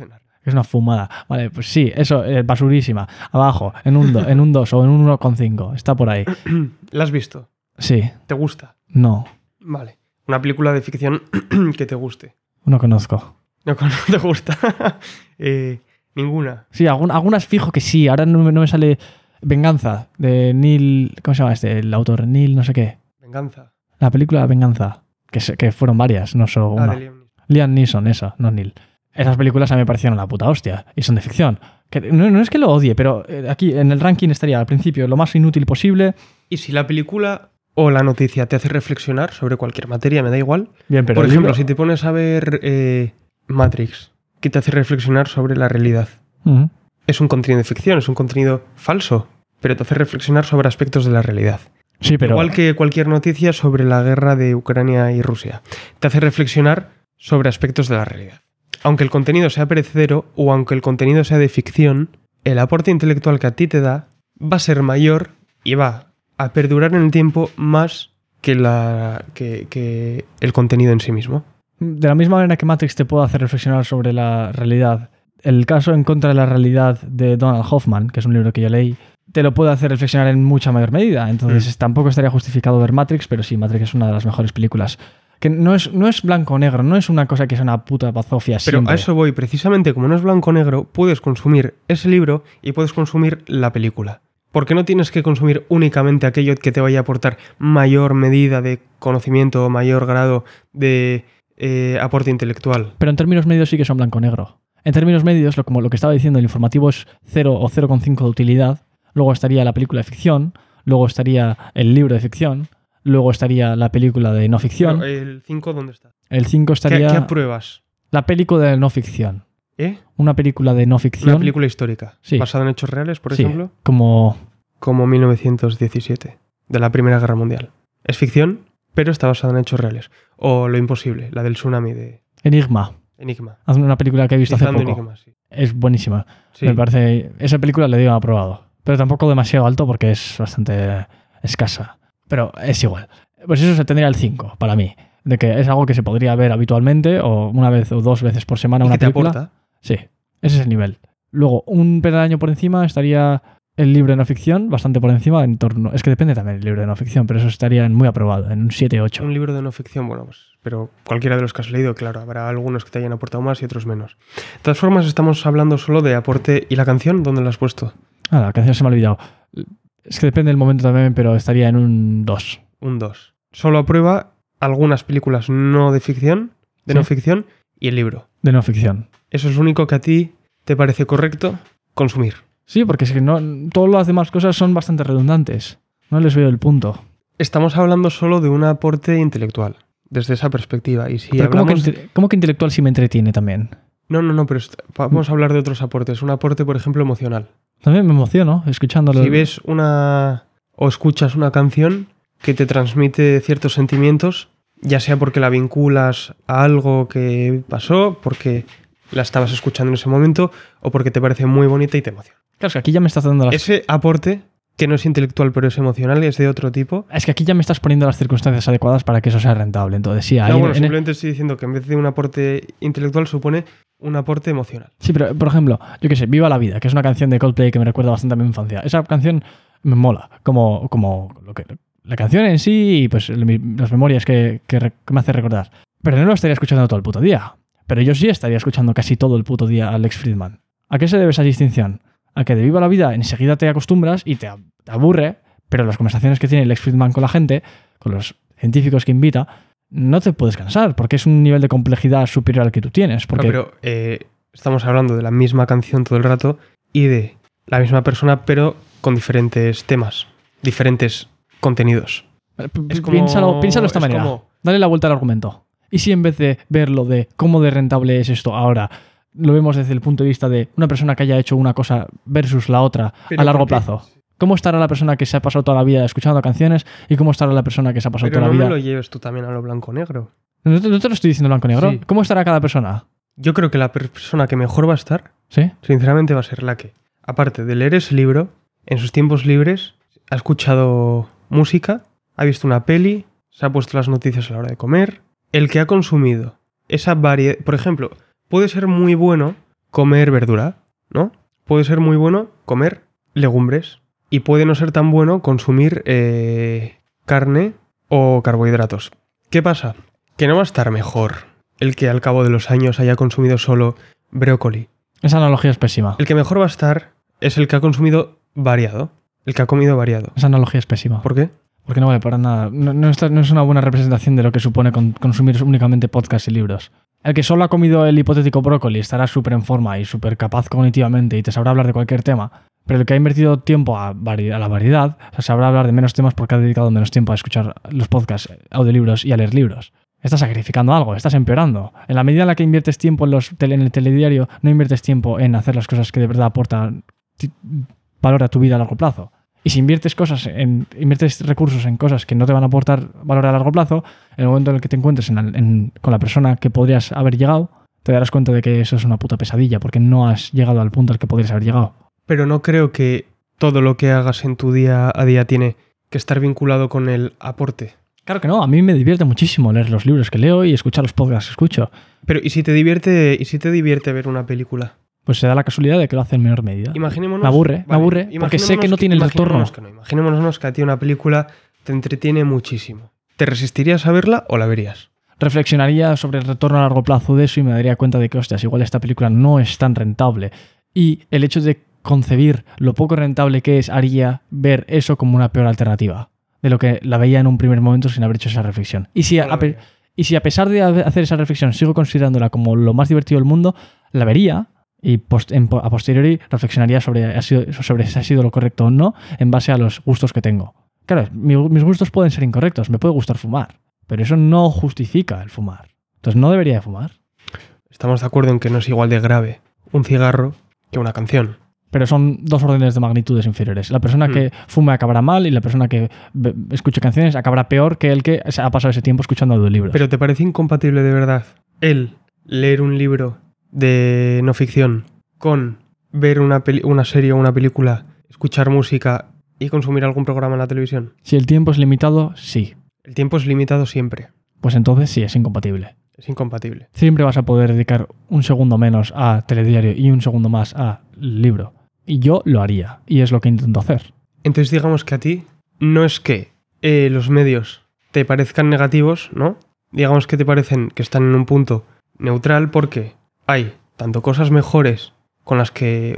Speaker 1: Es una fumada. Vale, pues sí, eso, basurísima. Abajo, en un 2 o en un 1,5. Está por ahí.
Speaker 2: ¿La has visto?
Speaker 1: Sí.
Speaker 2: ¿Te gusta?
Speaker 1: No.
Speaker 2: Vale. Una película de ficción que te guste.
Speaker 1: No conozco.
Speaker 2: No te gusta. Ninguna.
Speaker 1: Sí, algunas fijo que sí. Ahora no me sale Venganza, de Neil... ¿Cómo se llama este? El autor, Neil no sé qué.
Speaker 2: Venganza.
Speaker 1: La película Venganza. Que fueron varias, no solo una.
Speaker 2: De
Speaker 1: Liam Neeson, esa, no Neil. Esas películas a mí me parecieron la puta hostia. Y son de ficción. Que no es que lo odie, pero aquí en el ranking estaría al principio lo más inútil posible.
Speaker 2: Y si la película o la noticia te hace reflexionar sobre cualquier materia, me da igual.
Speaker 1: Bien, pero
Speaker 2: por ejemplo, si te pones a ver Matrix, que te hace reflexionar sobre la realidad.
Speaker 1: Uh-huh.
Speaker 2: Es un contenido de ficción, es un contenido falso, pero te hace reflexionar sobre aspectos de la realidad.
Speaker 1: Sí, pero...
Speaker 2: Igual que cualquier noticia sobre la guerra de Ucrania y Rusia. Te hace reflexionar sobre aspectos de la realidad. Aunque el contenido sea perecedero o aunque el contenido sea de ficción, el aporte intelectual que a ti te da va a ser mayor y va a perdurar en el tiempo más que el contenido en sí mismo.
Speaker 1: De la misma manera que Matrix te puede hacer reflexionar sobre la realidad, el caso en contra de la realidad de Donald Hoffman, que es un libro que yo leí, te lo puede hacer reflexionar en mucha mayor medida. Entonces tampoco estaría justificado ver Matrix, pero sí, Matrix es una de las mejores películas. Que no es blanco o negro, no es una cosa que sea una puta bazofia
Speaker 2: Pero
Speaker 1: siempre.
Speaker 2: a eso voy, precisamente como no es blanco o negro, puedes consumir ese libro y puedes consumir la película. Porque no tienes que consumir únicamente aquello que te vaya a aportar mayor medida de conocimiento o mayor grado de aporte intelectual.
Speaker 1: Pero en términos medios sí que son blanco o negro. En términos medios, como lo que estaba diciendo, el informativo es 0 o 0,5 de utilidad. Luego estaría la película de ficción, luego estaría el libro de ficción, luego estaría la película de no ficción.
Speaker 2: Pero ¿el 5 dónde está?
Speaker 1: El 5 estaría...
Speaker 2: ¿Qué apruebas?
Speaker 1: La película de no ficción.
Speaker 2: ¿Eh?
Speaker 1: Una película de no ficción.
Speaker 2: Una película histórica.
Speaker 1: Sí.
Speaker 2: Basada en hechos reales, por
Speaker 1: Sí,
Speaker 2: ejemplo.
Speaker 1: como
Speaker 2: 1917, de la Primera Guerra Mundial. Es ficción, pero está basada en hechos reales. O Lo Imposible, la del tsunami de
Speaker 1: Enigma.
Speaker 2: Enigma.
Speaker 1: Haz una película que he visto hace poco.
Speaker 2: Enigma, sí.
Speaker 1: Es buenísima.
Speaker 2: Sí.
Speaker 1: Me parece... Esa película le digo aprobado. Pero tampoco demasiado alto porque es bastante escasa. Pero es igual. Pues eso se tendría el 5 para mí. De que es algo que se podría ver habitualmente o una vez o dos veces por semana
Speaker 2: ¿Y
Speaker 1: una
Speaker 2: qué te
Speaker 1: película.
Speaker 2: aporta?
Speaker 1: Sí, ese es el nivel. Luego, un peldaño por encima estaría el libro de no ficción, bastante por encima, en torno... Es que depende también del libro de no ficción, pero eso estaría muy aprobado, en un 7-8.
Speaker 2: Un libro de no ficción, bueno, pues, pero cualquiera de los que has leído, claro, habrá algunos que te hayan aportado más y otros menos. De todas formas, estamos hablando solo de aporte. ¿Y la canción? ¿Dónde la has puesto?
Speaker 1: Ah, la canción se me ha olvidado. Es que depende del momento también, pero estaría en un 2.
Speaker 2: Un 2. Solo aprueba algunas películas no de ficción,
Speaker 1: Sí.
Speaker 2: no ficción, y el libro.
Speaker 1: De no ficción.
Speaker 2: Eso es lo único que a ti te parece correcto consumir.
Speaker 1: Sí, porque es que no, todas las demás cosas son bastante redundantes. No les veo el punto.
Speaker 2: Estamos hablando solo de un aporte intelectual, desde esa perspectiva. Y si
Speaker 1: Pero
Speaker 2: hablamos...
Speaker 1: ¿cómo que intelectual sí me entretiene también?
Speaker 2: No, pero vamos a hablar de otros aportes. Un aporte, por ejemplo, emocional.
Speaker 1: También me emociono escuchándolo.
Speaker 2: Si ves o escuchas una canción que te transmite ciertos sentimientos, ya sea porque la vinculas a algo que pasó, porque la estabas escuchando en ese momento, o porque te parece muy bonita y te emociona.
Speaker 1: Claro, es que aquí ya me estás dando las...
Speaker 2: Ese aporte, que no es intelectual pero es emocional y es de otro tipo.
Speaker 1: Es que aquí ya me estás poniendo las circunstancias adecuadas para que eso sea rentable. Entonces, sí, ahí
Speaker 2: No, bueno, simplemente estoy diciendo que en vez de un aporte intelectual supone un aporte emocional.
Speaker 1: Sí, pero por ejemplo, yo qué sé, Viva la vida, que es una canción de Coldplay que me recuerda bastante a mi infancia. Esa canción me mola, como lo que la canción en sí y pues las memorias que me hace recordar. Pero no lo estaría escuchando todo el puto día. Pero yo sí estaría escuchando casi todo el puto día a Lex Friedman. ¿A qué se debe esa distinción? A que de Viva la vida enseguida te acostumbras y te aburre, pero las conversaciones que tiene Lex Friedman con la gente, con los científicos que invita, no te puedes cansar, porque es un nivel de complejidad superior al que tú tienes. Porque...
Speaker 2: No, pero estamos hablando de la misma canción todo el rato y de la misma persona, pero con diferentes temas, diferentes contenidos.
Speaker 1: Piénsalo de esta manera. Dale la vuelta al argumento. ¿Y si en vez de verlo de cómo de rentable es esto ahora, lo vemos desde el punto de vista de una persona que haya hecho una cosa versus la otra a largo plazo? ¿Cómo estará la persona que se ha pasado toda la vida escuchando canciones y cómo estará la persona que se ha pasado
Speaker 2: pero
Speaker 1: toda la vida?
Speaker 2: Pero no me lo lleves tú también a lo blanco-negro.
Speaker 1: ¿No te lo estoy diciendo blanco-negro?
Speaker 2: Sí.
Speaker 1: ¿Cómo estará cada persona?
Speaker 2: Yo creo que la persona que mejor va a estar,
Speaker 1: ¿Sí?
Speaker 2: sinceramente, va a ser la que, aparte de leer ese libro, en sus tiempos libres, ha escuchado música, ha visto una peli, se ha puesto las noticias a la hora de comer. El que ha consumido esa variedad... Por ejemplo, puede ser muy bueno comer verdura, ¿no? Puede ser muy bueno comer legumbres y puede no ser tan bueno consumir carne o carbohidratos. ¿Qué pasa? Que no va a estar mejor el que al cabo de los años haya consumido solo brócoli.
Speaker 1: Esa analogía es pésima.
Speaker 2: El que mejor va a estar es el que ha consumido variado. El que ha comido variado.
Speaker 1: Esa analogía es pésima.
Speaker 2: ¿Por qué?
Speaker 1: Porque no vale para nada. No es una buena representación de lo que supone consumir únicamente podcasts y libros. El que solo ha comido el hipotético brócoli estará súper en forma y súper capaz cognitivamente y te sabrá hablar de cualquier tema. Pero el que ha invertido tiempo a la variedad, o sea, sabrá hablar de menos temas porque ha dedicado menos tiempo a escuchar los podcasts, audiolibros y a leer libros. Estás sacrificando algo, estás empeorando. En la medida en la que inviertes tiempo en el telediario, no inviertes tiempo en hacer las cosas que de verdad aportan valor a tu vida a largo plazo. Y si inviertes recursos en cosas que no te van a aportar valor a largo plazo, en el momento en el que te encuentres con la persona que podrías haber llegado, te darás cuenta de que eso es una puta pesadilla, porque no has llegado al punto al que podrías haber llegado.
Speaker 2: Pero no creo que todo lo que hagas en tu día a día tiene que estar vinculado con el aporte.
Speaker 1: Claro que no, a mí me divierte muchísimo leer los libros que leo y escuchar los podcasts que escucho.
Speaker 2: Pero ¿y si te divierte ver una película?
Speaker 1: Pues se da la casualidad de que lo hace en menor medida.
Speaker 2: Imaginémonos...
Speaker 1: Me aburre, porque sé que no tiene el retorno.
Speaker 2: Imaginémonos que a ti una película te entretiene muchísimo. ¿Te resistirías a verla o la verías?
Speaker 1: Reflexionaría sobre el retorno a largo plazo de eso y me daría cuenta de que, hostias, igual esta película no es tan rentable. Y el hecho de concebir lo poco rentable que es haría ver eso como una peor alternativa de lo que la veía en un primer momento sin haber hecho esa reflexión. Y si a pesar de hacer esa reflexión sigo considerándola como lo más divertido del mundo, la vería y a posteriori reflexionaría sobre si ha sido lo correcto o no en base a los gustos que tengo. Claro, mis gustos pueden ser incorrectos, me puede gustar fumar, pero eso no justifica el fumar. Entonces no debería de fumar.
Speaker 2: Estamos de acuerdo en que no es igual de grave un cigarro que una canción.
Speaker 1: Pero son dos órdenes de magnitudes inferiores. La persona que fume acabará mal y la persona que escuche canciones acabará peor que el que ha pasado ese tiempo escuchando audiolibros.
Speaker 2: ¿Pero te parece incompatible de verdad el leer un libro de no ficción con ver una serie o una película, escuchar música y consumir algún programa en la televisión?
Speaker 1: Si el tiempo es limitado, sí.
Speaker 2: El tiempo es limitado siempre.
Speaker 1: Pues entonces sí, es incompatible.
Speaker 2: Es incompatible.
Speaker 1: Siempre vas a poder dedicar un segundo menos a telediario y un segundo más a libro. Y yo lo haría, y es lo que intento hacer.
Speaker 2: Entonces digamos que a ti no es que los medios te parezcan negativos, ¿no? Digamos que te parecen que están en un punto neutral porque hay tanto cosas mejores en las que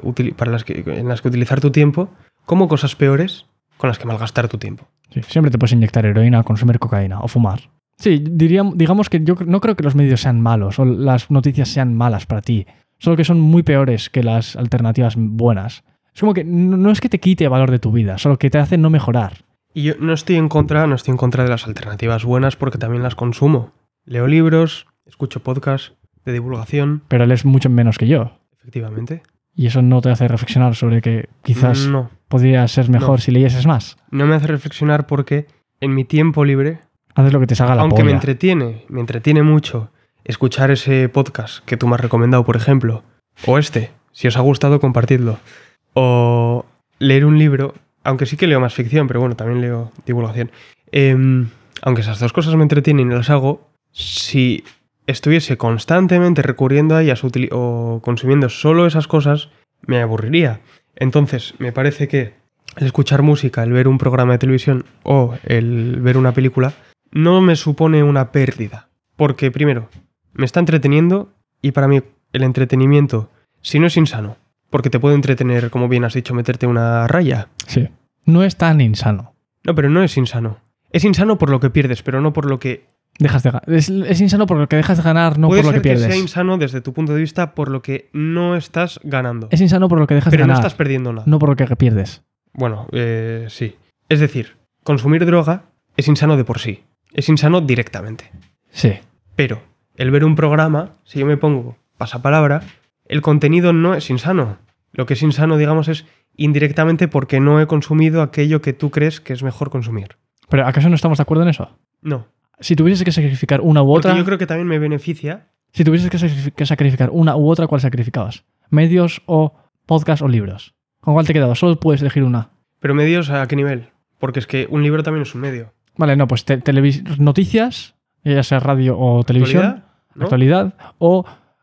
Speaker 2: utilizar tu tiempo como cosas peores con las que malgastar tu tiempo.
Speaker 1: Sí, siempre te puedes inyectar heroína, consumir cocaína o fumar. Sí, digamos que yo no creo que los medios sean malos o las noticias sean malas para ti. Solo que son muy peores que las alternativas buenas. Es como que no es que te quite valor de tu vida, solo que te hace no mejorar.
Speaker 2: Y yo no estoy en contra de las alternativas buenas porque también las consumo. Leo libros, escucho podcasts de divulgación.
Speaker 1: Pero él es mucho menos que yo.
Speaker 2: Efectivamente.
Speaker 1: ¿Y eso no te hace reflexionar sobre que quizás podría ser mejor si leyeses más?
Speaker 2: No me hace reflexionar porque en mi tiempo libre...
Speaker 1: Haces lo que te salga la polla.
Speaker 2: Aunque me entretiene mucho escuchar ese podcast que tú me has recomendado, por ejemplo, o si os ha gustado, compartidlo. O leer un libro, aunque sí que leo más ficción, pero bueno, también leo divulgación. Aunque esas dos cosas me entretienen y las hago, si estuviese constantemente recurriendo a ellas o consumiendo solo esas cosas, me aburriría. Entonces, me parece que el escuchar música, el ver un programa de televisión o el ver una película, no me supone una pérdida. Porque, primero, me está entreteniendo y para mí el entretenimiento, si no es insano, porque te puede entretener, como bien has dicho, meterte una raya.
Speaker 1: Sí. No es tan insano.
Speaker 2: No, pero no es insano. Es insano por lo que pierdes, pero no por lo que...
Speaker 1: dejas de ganar. Es insano por lo que dejas de ganar, no por lo que pierdes.
Speaker 2: Puede ser que sea insano desde tu punto de vista por lo que no estás ganando.
Speaker 1: Es insano por lo que dejas de ganar.
Speaker 2: Pero no estás perdiendo nada.
Speaker 1: No por lo que pierdes.
Speaker 2: Bueno, sí. Es decir, consumir droga es insano de por sí. Es insano directamente.
Speaker 1: Sí.
Speaker 2: Pero el ver un programa, si yo me pongo pasapalabra, el contenido no es insano. Lo que es insano, digamos, es indirectamente porque no he consumido aquello que tú crees que es mejor consumir.
Speaker 1: ¿Pero acaso no estamos de acuerdo en eso?
Speaker 2: No.
Speaker 1: Si tuvieses que sacrificar una u otra...
Speaker 2: Porque yo creo que también me beneficia.
Speaker 1: Si tuvieses que sacrificar una u otra, ¿cuál sacrificabas? ¿Medios o podcast o libros? ¿Con cuál te quedabas? Solo puedes elegir una.
Speaker 2: ¿Pero medios a qué nivel? Porque es que un libro también es un medio.
Speaker 1: Vale, no, pues noticias, ya sea radio o televisión,
Speaker 2: ¿Actualidad? ¿No?
Speaker 1: actualidad, o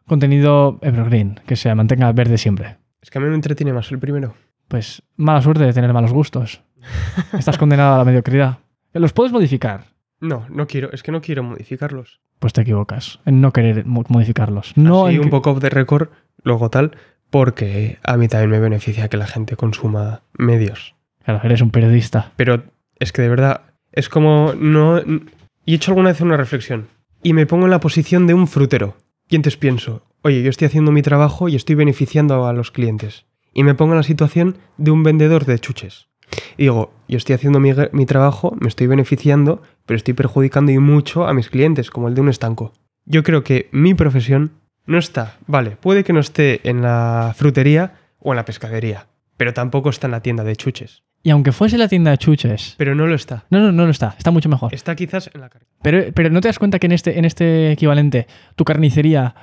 Speaker 1: contenido evergreen, que se mantenga verde siempre.
Speaker 2: Es que a mí me entretiene más el primero.
Speaker 1: Pues mala suerte de tener malos gustos. Estás condenado a la mediocridad. ¿Los puedes modificar?
Speaker 2: No, no quiero. Es que no quiero modificarlos.
Speaker 1: Pues te equivocas en no querer modificarlos. No
Speaker 2: Así
Speaker 1: en
Speaker 2: un poco off the record, luego tal, porque a mí también me beneficia que la gente consuma medios.
Speaker 1: Claro, eres un periodista.
Speaker 2: Pero es que de verdad, es como no... Y he hecho alguna vez una reflexión y me pongo en la posición de un frutero. Y entonces pienso, oye, yo estoy haciendo mi trabajo y estoy beneficiando a los clientes. Y me pongo en la situación de un vendedor de chuches. Y digo, yo estoy haciendo mi trabajo, me estoy beneficiando, pero estoy perjudicando y mucho a mis clientes, como el de un estanco. Yo creo que mi profesión no está, vale, puede que no esté en la frutería o en la pescadería, pero tampoco está en la tienda de chuches.
Speaker 1: Y aunque fuese la tienda de chuches...
Speaker 2: Pero no lo está.
Speaker 1: No lo está. Está mucho mejor.
Speaker 2: Está quizás en la carne.
Speaker 1: Pero ¿no te das cuenta que en este equivalente, en tu carnicería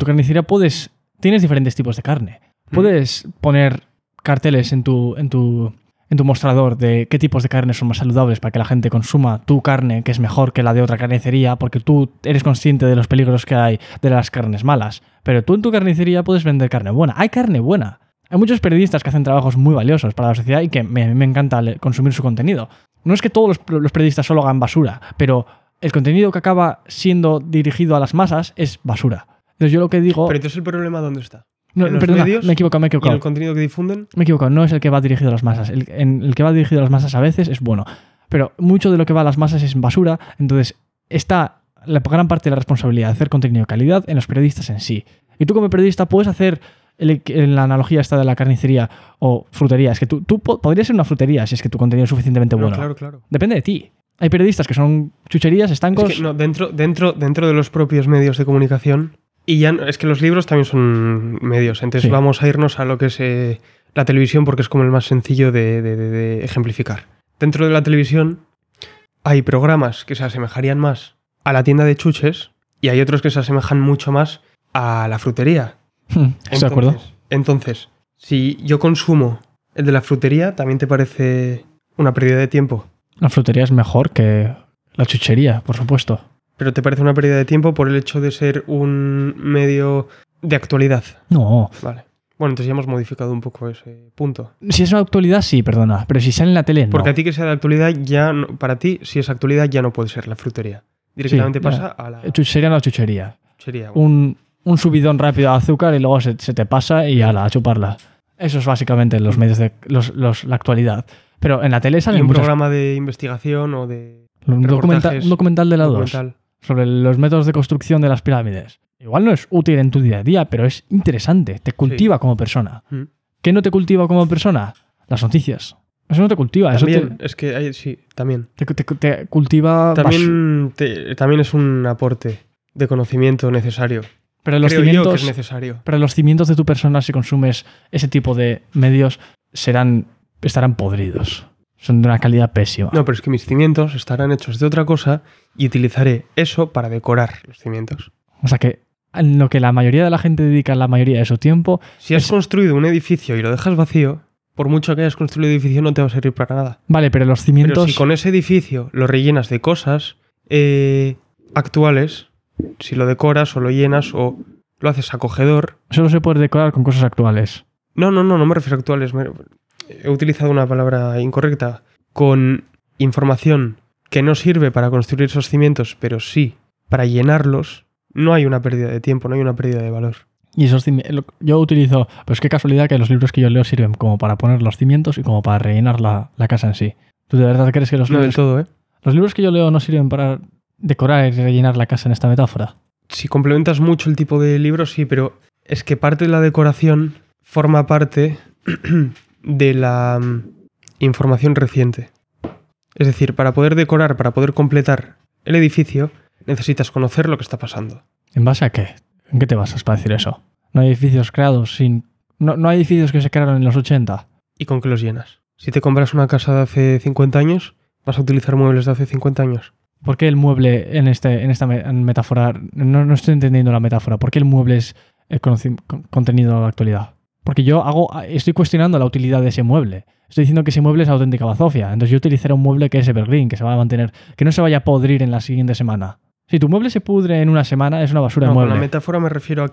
Speaker 1: tienes diferentes tipos de carne? Puedes poner carteles en tu mostrador de qué tipos de carne son más saludables para que la gente consuma tu carne, que es mejor que la de otra carnicería, porque tú eres consciente de los peligros que hay de las carnes malas. Pero tú en tu carnicería puedes vender carne buena. Hay carne buena. Hay muchos periodistas que hacen trabajos muy valiosos para la sociedad y que me encanta consumir su contenido. No es que todos los periodistas solo hagan basura, pero el contenido que acaba siendo dirigido a las masas es basura. Entonces yo lo que digo...
Speaker 2: Pero entonces el problema ¿dónde está?
Speaker 1: No,
Speaker 2: ¿En los
Speaker 1: perdona,
Speaker 2: medios?
Speaker 1: me he equivocado.
Speaker 2: ¿Y en el contenido que difunden?
Speaker 1: Me he equivocado, no es el que va dirigido a las masas. El que va dirigido a las masas a veces es bueno, pero mucho de lo que va a las masas es basura, entonces está la gran parte de la responsabilidad de hacer contenido de calidad en los periodistas en sí. Y tú como periodista puedes hacer la analogía esta de la carnicería o frutería. Es que tú podrías ser una frutería si es que tu contenido es suficientemente bueno.
Speaker 2: Claro.
Speaker 1: Depende de ti. Hay periodistas que son chucherías, estancos...
Speaker 2: Es que no, dentro de los propios medios de comunicación, y ya es que los libros también son medios, entonces
Speaker 1: Sí.
Speaker 2: vamos a irnos a lo que es la televisión porque es como el más sencillo de ejemplificar. Dentro de la televisión hay programas que se asemejarían más a la tienda de chuches y hay otros que se asemejan mucho más a la frutería.
Speaker 1: ¿Estás de acuerdo?
Speaker 2: Entonces, si yo consumo el de la frutería, ¿también te parece una pérdida de tiempo?
Speaker 1: La frutería es mejor que la chuchería, por supuesto.
Speaker 2: ¿Pero te parece una pérdida de tiempo por el hecho de ser un medio de actualidad?
Speaker 1: No.
Speaker 2: Vale. Bueno, entonces ya hemos modificado un poco ese punto.
Speaker 1: Si es una actualidad, sí, perdona. Pero si sale en la tele, no.
Speaker 2: Porque a ti que sea de actualidad, ya no, para ti, si es actualidad, ya no puede ser la frutería. Directamente
Speaker 1: Sí,
Speaker 2: pasa
Speaker 1: ya.
Speaker 2: a la
Speaker 1: Chuchería no chuchería.
Speaker 2: chuchería.
Speaker 1: Un subidón rápido de azúcar y luego se te pasa y ala, a chuparla. Eso es básicamente los medios de la actualidad. Pero en la tele
Speaker 2: Y
Speaker 1: salen
Speaker 2: un
Speaker 1: muchas...
Speaker 2: programa de investigación o de
Speaker 1: un
Speaker 2: reportajes,
Speaker 1: documental de la 2
Speaker 2: documental.
Speaker 1: sobre los métodos de construcción de las pirámides. Igual no es útil en tu día a día, pero es interesante. Te cultiva como persona.
Speaker 2: Mm.
Speaker 1: ¿Qué no te cultiva como persona? Las noticias. Eso no te cultiva.
Speaker 2: También, es que hay, sí, también.
Speaker 1: Te cultiva...
Speaker 2: También es un aporte de conocimiento necesario.
Speaker 1: Pero los
Speaker 2: Creo yo que
Speaker 1: cimientos...
Speaker 2: es necesario.
Speaker 1: Pero los cimientos de tu persona, si consumes ese tipo de medios, estarán podridos. Son de una calidad pésima.
Speaker 2: No, pero es que mis cimientos estarán hechos de otra cosa y utilizaré eso para decorar los cimientos.
Speaker 1: O sea que en lo que la mayoría de la gente dedica la mayoría de su tiempo...
Speaker 2: Si has construido un edificio y lo dejas vacío, por mucho que hayas construido el edificio no te va a servir para nada.
Speaker 1: Vale, pero los cimientos...
Speaker 2: Pero si con ese edificio lo rellenas de cosas actuales, si lo decoras o lo llenas o lo haces acogedor...
Speaker 1: Solo se puede decorar con cosas actuales.
Speaker 2: No me refiero a actuales. He utilizado una palabra incorrecta. Con información que no sirve para construir esos cimientos, pero sí para llenarlos, no hay una pérdida de tiempo, no hay una pérdida de valor.
Speaker 1: Y esos yo utilizo... Pues qué casualidad que los libros que yo leo sirven como para poner los cimientos y como para rellenar la casa en sí. ¿Tú de verdad crees que
Speaker 2: No del todo, ¿eh?
Speaker 1: los libros que yo leo no sirven para decorar y rellenar la casa en esta metáfora?
Speaker 2: Si complementas mucho el tipo de libro, sí, pero es que parte de la decoración forma parte de la información reciente. Es decir, para poder decorar, para poder completar el edificio, necesitas conocer lo que está pasando.
Speaker 1: ¿En base a qué? ¿En qué te basas para decir eso? No hay edificios creados sin... No hay edificios que se crearon en los 80.
Speaker 2: ¿Y con qué los llenas? Si te compras una casa de hace 50 años, vas a utilizar muebles de hace 50 años.
Speaker 1: ¿Por qué el mueble en esta metáfora... No estoy entendiendo la metáfora. ¿Por qué el mueble es el contenido de actualidad? Porque estoy cuestionando la utilidad de ese mueble. Estoy diciendo que ese mueble es auténtica bazofia. Entonces yo utilizaré un mueble que es evergreen, que se va a mantener, que no se vaya a podrir en la siguiente semana. Si tu mueble se pudre en una semana, es una basura de
Speaker 2: No,
Speaker 1: mueble.
Speaker 2: con la metáfora me refiero a que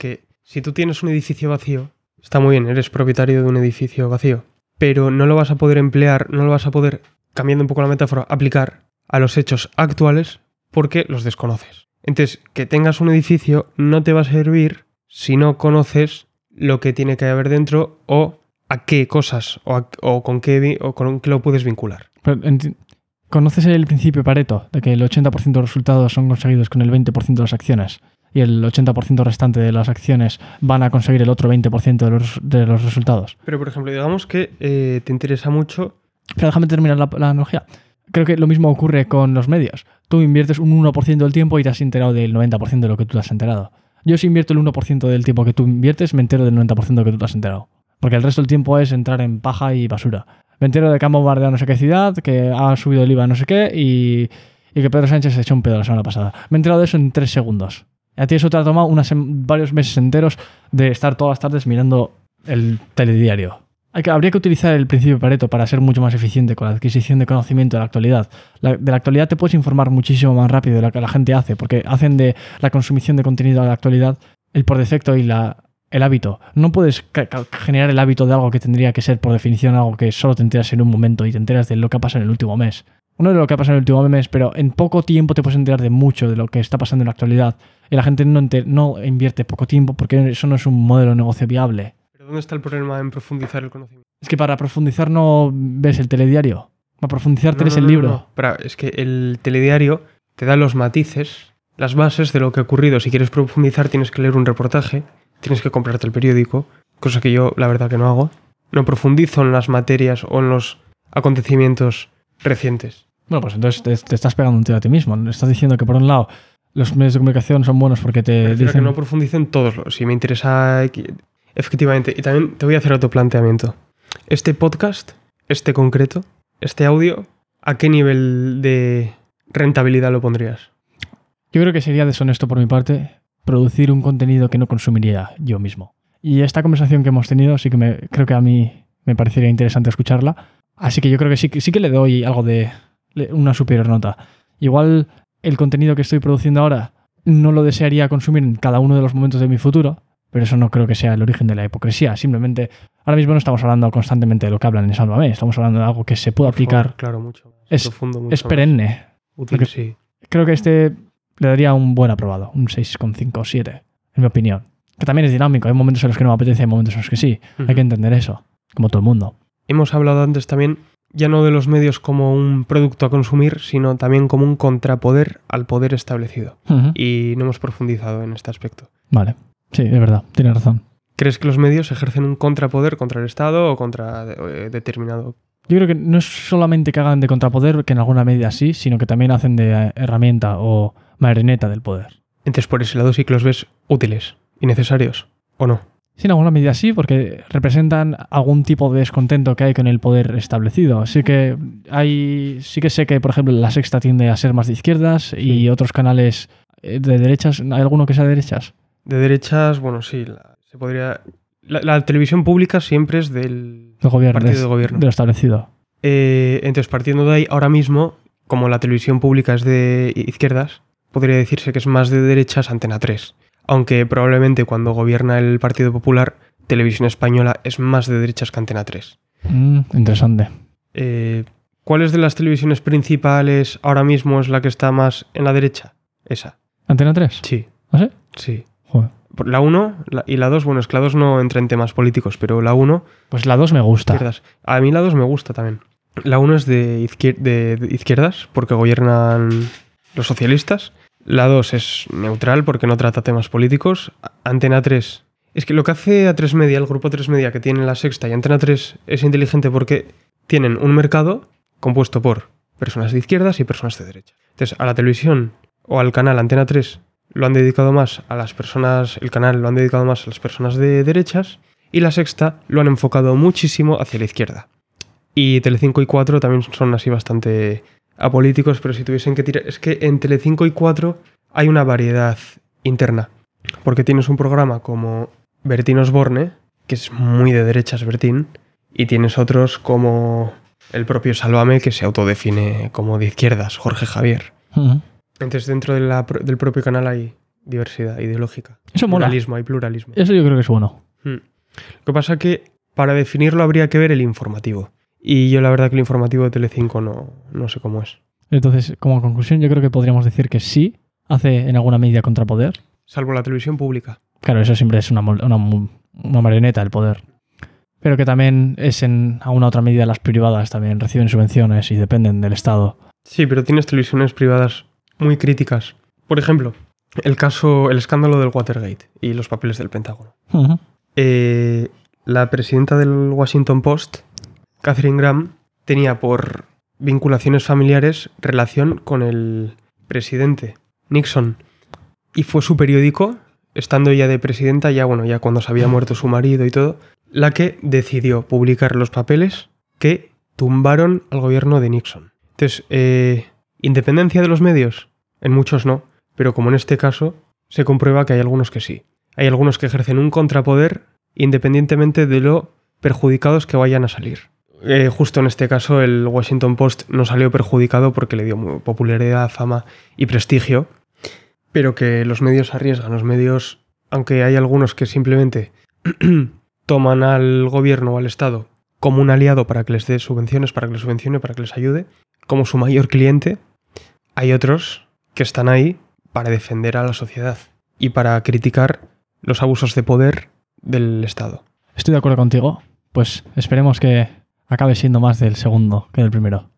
Speaker 2: Si tú tienes un edificio vacío, está muy bien, eres propietario de un edificio vacío, pero no lo vas a poder emplear, no lo vas a poder, cambiando un poco la metáfora, aplicar a los hechos actuales porque los desconoces. Entonces, que tengas un edificio no te va a servir si no conoces lo que tiene que haber dentro o a qué cosas o con qué lo puedes vincular.
Speaker 1: Pero ¿conoces el principio Pareto de que el 80% de los resultados son conseguidos con el 20% de las acciones y el 80% restante de las acciones van a conseguir el otro 20% de los resultados?
Speaker 2: Pero, por ejemplo, digamos que te interesa mucho...
Speaker 1: Pero déjame terminar la analogía. Creo que lo mismo ocurre con los medios. Tú inviertes un 1% del tiempo y te has enterado del 90% de lo que tú te has enterado. Yo si invierto el 1% del tiempo que tú inviertes, me entero del 90% de lo que tú te has enterado. Porque el resto del tiempo es entrar en paja y basura. Me entero de que han bombardeado no sé qué ciudad, que ha subido el IVA no sé qué y que Pedro Sánchez se echó un pedo la semana pasada. Me he enterado de eso en 3 segundos. A ti eso te ha tomado varios meses enteros de estar todas las tardes mirando el telediario. Habría que utilizar el principio Pareto para ser mucho más eficiente con la adquisición de conocimiento de la actualidad. De la actualidad te puedes informar muchísimo más rápido de lo que la gente hace, porque hacen de la consumición de contenido de la actualidad el por defecto y el hábito. No puedes generar el hábito de algo que tendría que ser por definición algo que solo te enteras en un momento y te enteras de lo que ha pasado en el último mes. No de lo que ha pasado en el último mes, pero en poco tiempo te puedes enterar de mucho de lo que está pasando en la actualidad. Y la gente no invierte poco tiempo porque eso no es un modelo de negocio viable.
Speaker 2: ¿Pero dónde está el problema en profundizar el conocimiento?
Speaker 1: Es que para profundizar no ves el telediario. Para profundizar te lees el libro.
Speaker 2: No. Pero es que el telediario te da los matices, las bases de lo que ha ocurrido. Si quieres profundizar tienes que leer un reportaje, tienes que comprarte el periódico, cosa que yo la verdad que no hago. No profundizo en las materias o en los acontecimientos recientes.
Speaker 1: Bueno, pues entonces te estás pegando un tiro a ti mismo. Estás diciendo que por un lado los medios de comunicación son buenos porque te dicen...
Speaker 2: que no profundizo en todos los... Si me interesa... Efectivamente. Y también te voy a hacer otro planteamiento. Este podcast, este concreto, este audio, ¿a qué nivel de rentabilidad lo pondrías?
Speaker 1: Yo creo que sería deshonesto por mi parte producir un contenido que no consumiría yo mismo. Y esta conversación que hemos tenido sí que creo que a mí me parecería interesante escucharla. Así que yo creo que sí que le doy algo de una superior nota. Igual el contenido que estoy produciendo ahora no lo desearía consumir en cada uno de los momentos de mi futuro, pero eso no creo que sea el origen de la hipocresía. Simplemente, ahora mismo no estamos hablando constantemente de lo que hablan en Sálvame, estamos hablando de algo que se puede aplicar.
Speaker 2: Favor, claro, mucho.
Speaker 1: Es perenne.
Speaker 2: Útil, sí.
Speaker 1: Creo que le daría un buen aprobado, un 6,5 o 7, en mi opinión. Que también es dinámico, hay momentos en los que no me apetece, hay momentos en los que sí. Hay que entender eso, como todo el mundo.
Speaker 2: Hemos hablado antes también, ya no de los medios como un producto a consumir, sino también como un contrapoder al poder establecido. Y no hemos profundizado en este aspecto.
Speaker 1: Vale. Sí, es verdad, tienes razón.
Speaker 2: ¿Crees que los medios ejercen un contrapoder contra el Estado o contra determinado?
Speaker 1: Yo creo que no es solamente que hagan de contrapoder, que en alguna medida sí, sino que también hacen de herramienta o marioneta del poder.
Speaker 2: Entonces, por ese lado sí que los ves útiles y necesarios, ¿o no?
Speaker 1: Sí, en alguna medida sí, porque representan algún tipo de descontento que hay con el poder establecido. Así que sí que sé que, por ejemplo, La Sexta tiende a ser más de izquierdas y otros canales de derechas. ¿Hay alguno que sea de derechas?
Speaker 2: De derechas, bueno, sí, se podría... La televisión pública siempre es del
Speaker 1: gobierno,
Speaker 2: partido de gobierno.
Speaker 1: De lo establecido.
Speaker 2: Entonces, partiendo de ahí, ahora mismo, como la televisión pública es de izquierdas, podría decirse que es más de derechas Antena 3. Aunque probablemente cuando gobierna el Partido Popular, Televisión Española es más de derechas que Antena 3.
Speaker 1: Interesante.
Speaker 2: ¿Cuáles de las televisiones principales ahora mismo es la que está más en la derecha? Esa.
Speaker 1: ¿Antena 3?
Speaker 2: Sí.
Speaker 1: ¿Ah, sí?
Speaker 2: Sí.
Speaker 1: Joder.
Speaker 2: La 1 y la 2, bueno, es que la 2 no entra en temas políticos, pero la 1...
Speaker 1: Pues la 2 me gusta.
Speaker 2: Izquierdas. A mí la 2 me gusta también. La 1 es de izquierdas, porque gobiernan los socialistas. La 2 es neutral, porque no trata temas políticos. Antena 3... Es que lo que hace A3 Media, el grupo A3 Media que tiene La Sexta y Antena 3 es inteligente porque tienen un mercado compuesto por personas de izquierdas y personas de derecha. Entonces, a la televisión o al canal Antena 3 lo han dedicado más a las personas, el canal lo han dedicado más a las personas de derechas y La Sexta lo han enfocado muchísimo hacia la izquierda. Y Telecinco y 4 también son así bastante apolíticos, pero si tuviesen que tirar... Es que en Telecinco y 4 hay una variedad interna, porque tienes un programa como Bertín Osborne, que es muy de derechas Bertín, y tienes otros como el propio Sálvame, que se autodefine como de izquierdas, Jorge Javier. Entonces dentro del propio canal hay diversidad ideológica.
Speaker 1: Eso mola.
Speaker 2: Pluralismo, hay pluralismo.
Speaker 1: Eso yo creo que es bueno.
Speaker 2: Lo que pasa que para definirlo habría que ver el informativo. Y yo la verdad que el informativo de Telecinco no sé cómo es.
Speaker 1: Entonces, como conclusión, yo creo que podríamos decir que sí hace en alguna medida contrapoder.
Speaker 2: Salvo la televisión pública.
Speaker 1: Claro, eso siempre es una marioneta el poder. Pero que también es en alguna otra medida las privadas también reciben subvenciones y dependen del Estado.
Speaker 2: Sí, pero tienes televisiones privadas muy críticas. Por ejemplo, el escándalo del Watergate y los papeles del Pentágono.
Speaker 1: Uh-huh.
Speaker 2: La presidenta del Washington Post, Katharine Graham, tenía por vinculaciones familiares relación con el presidente Nixon. Y fue su periódico, estando ella de presidenta, ya cuando se había muerto su marido y todo, la que decidió publicar los papeles que tumbaron al gobierno de Nixon. Entonces, ¿independencia de los medios? En muchos no, pero como en este caso, se comprueba que hay algunos que sí. Hay algunos que ejercen un contrapoder independientemente de lo perjudicados que vayan a salir. Justo en este caso, el Washington Post no salió perjudicado porque le dio popularidad, fama y prestigio, pero que los medios arriesgan. Los medios, aunque hay algunos que simplemente toman al gobierno o al Estado como un aliado para que les dé subvenciones, para que les subvencione, para que les ayude, como su mayor cliente, hay otros que están ahí para defender a la sociedad y para criticar los abusos de poder del Estado.
Speaker 1: Estoy de acuerdo contigo. Pues esperemos que acabe siendo más del segundo que del primero.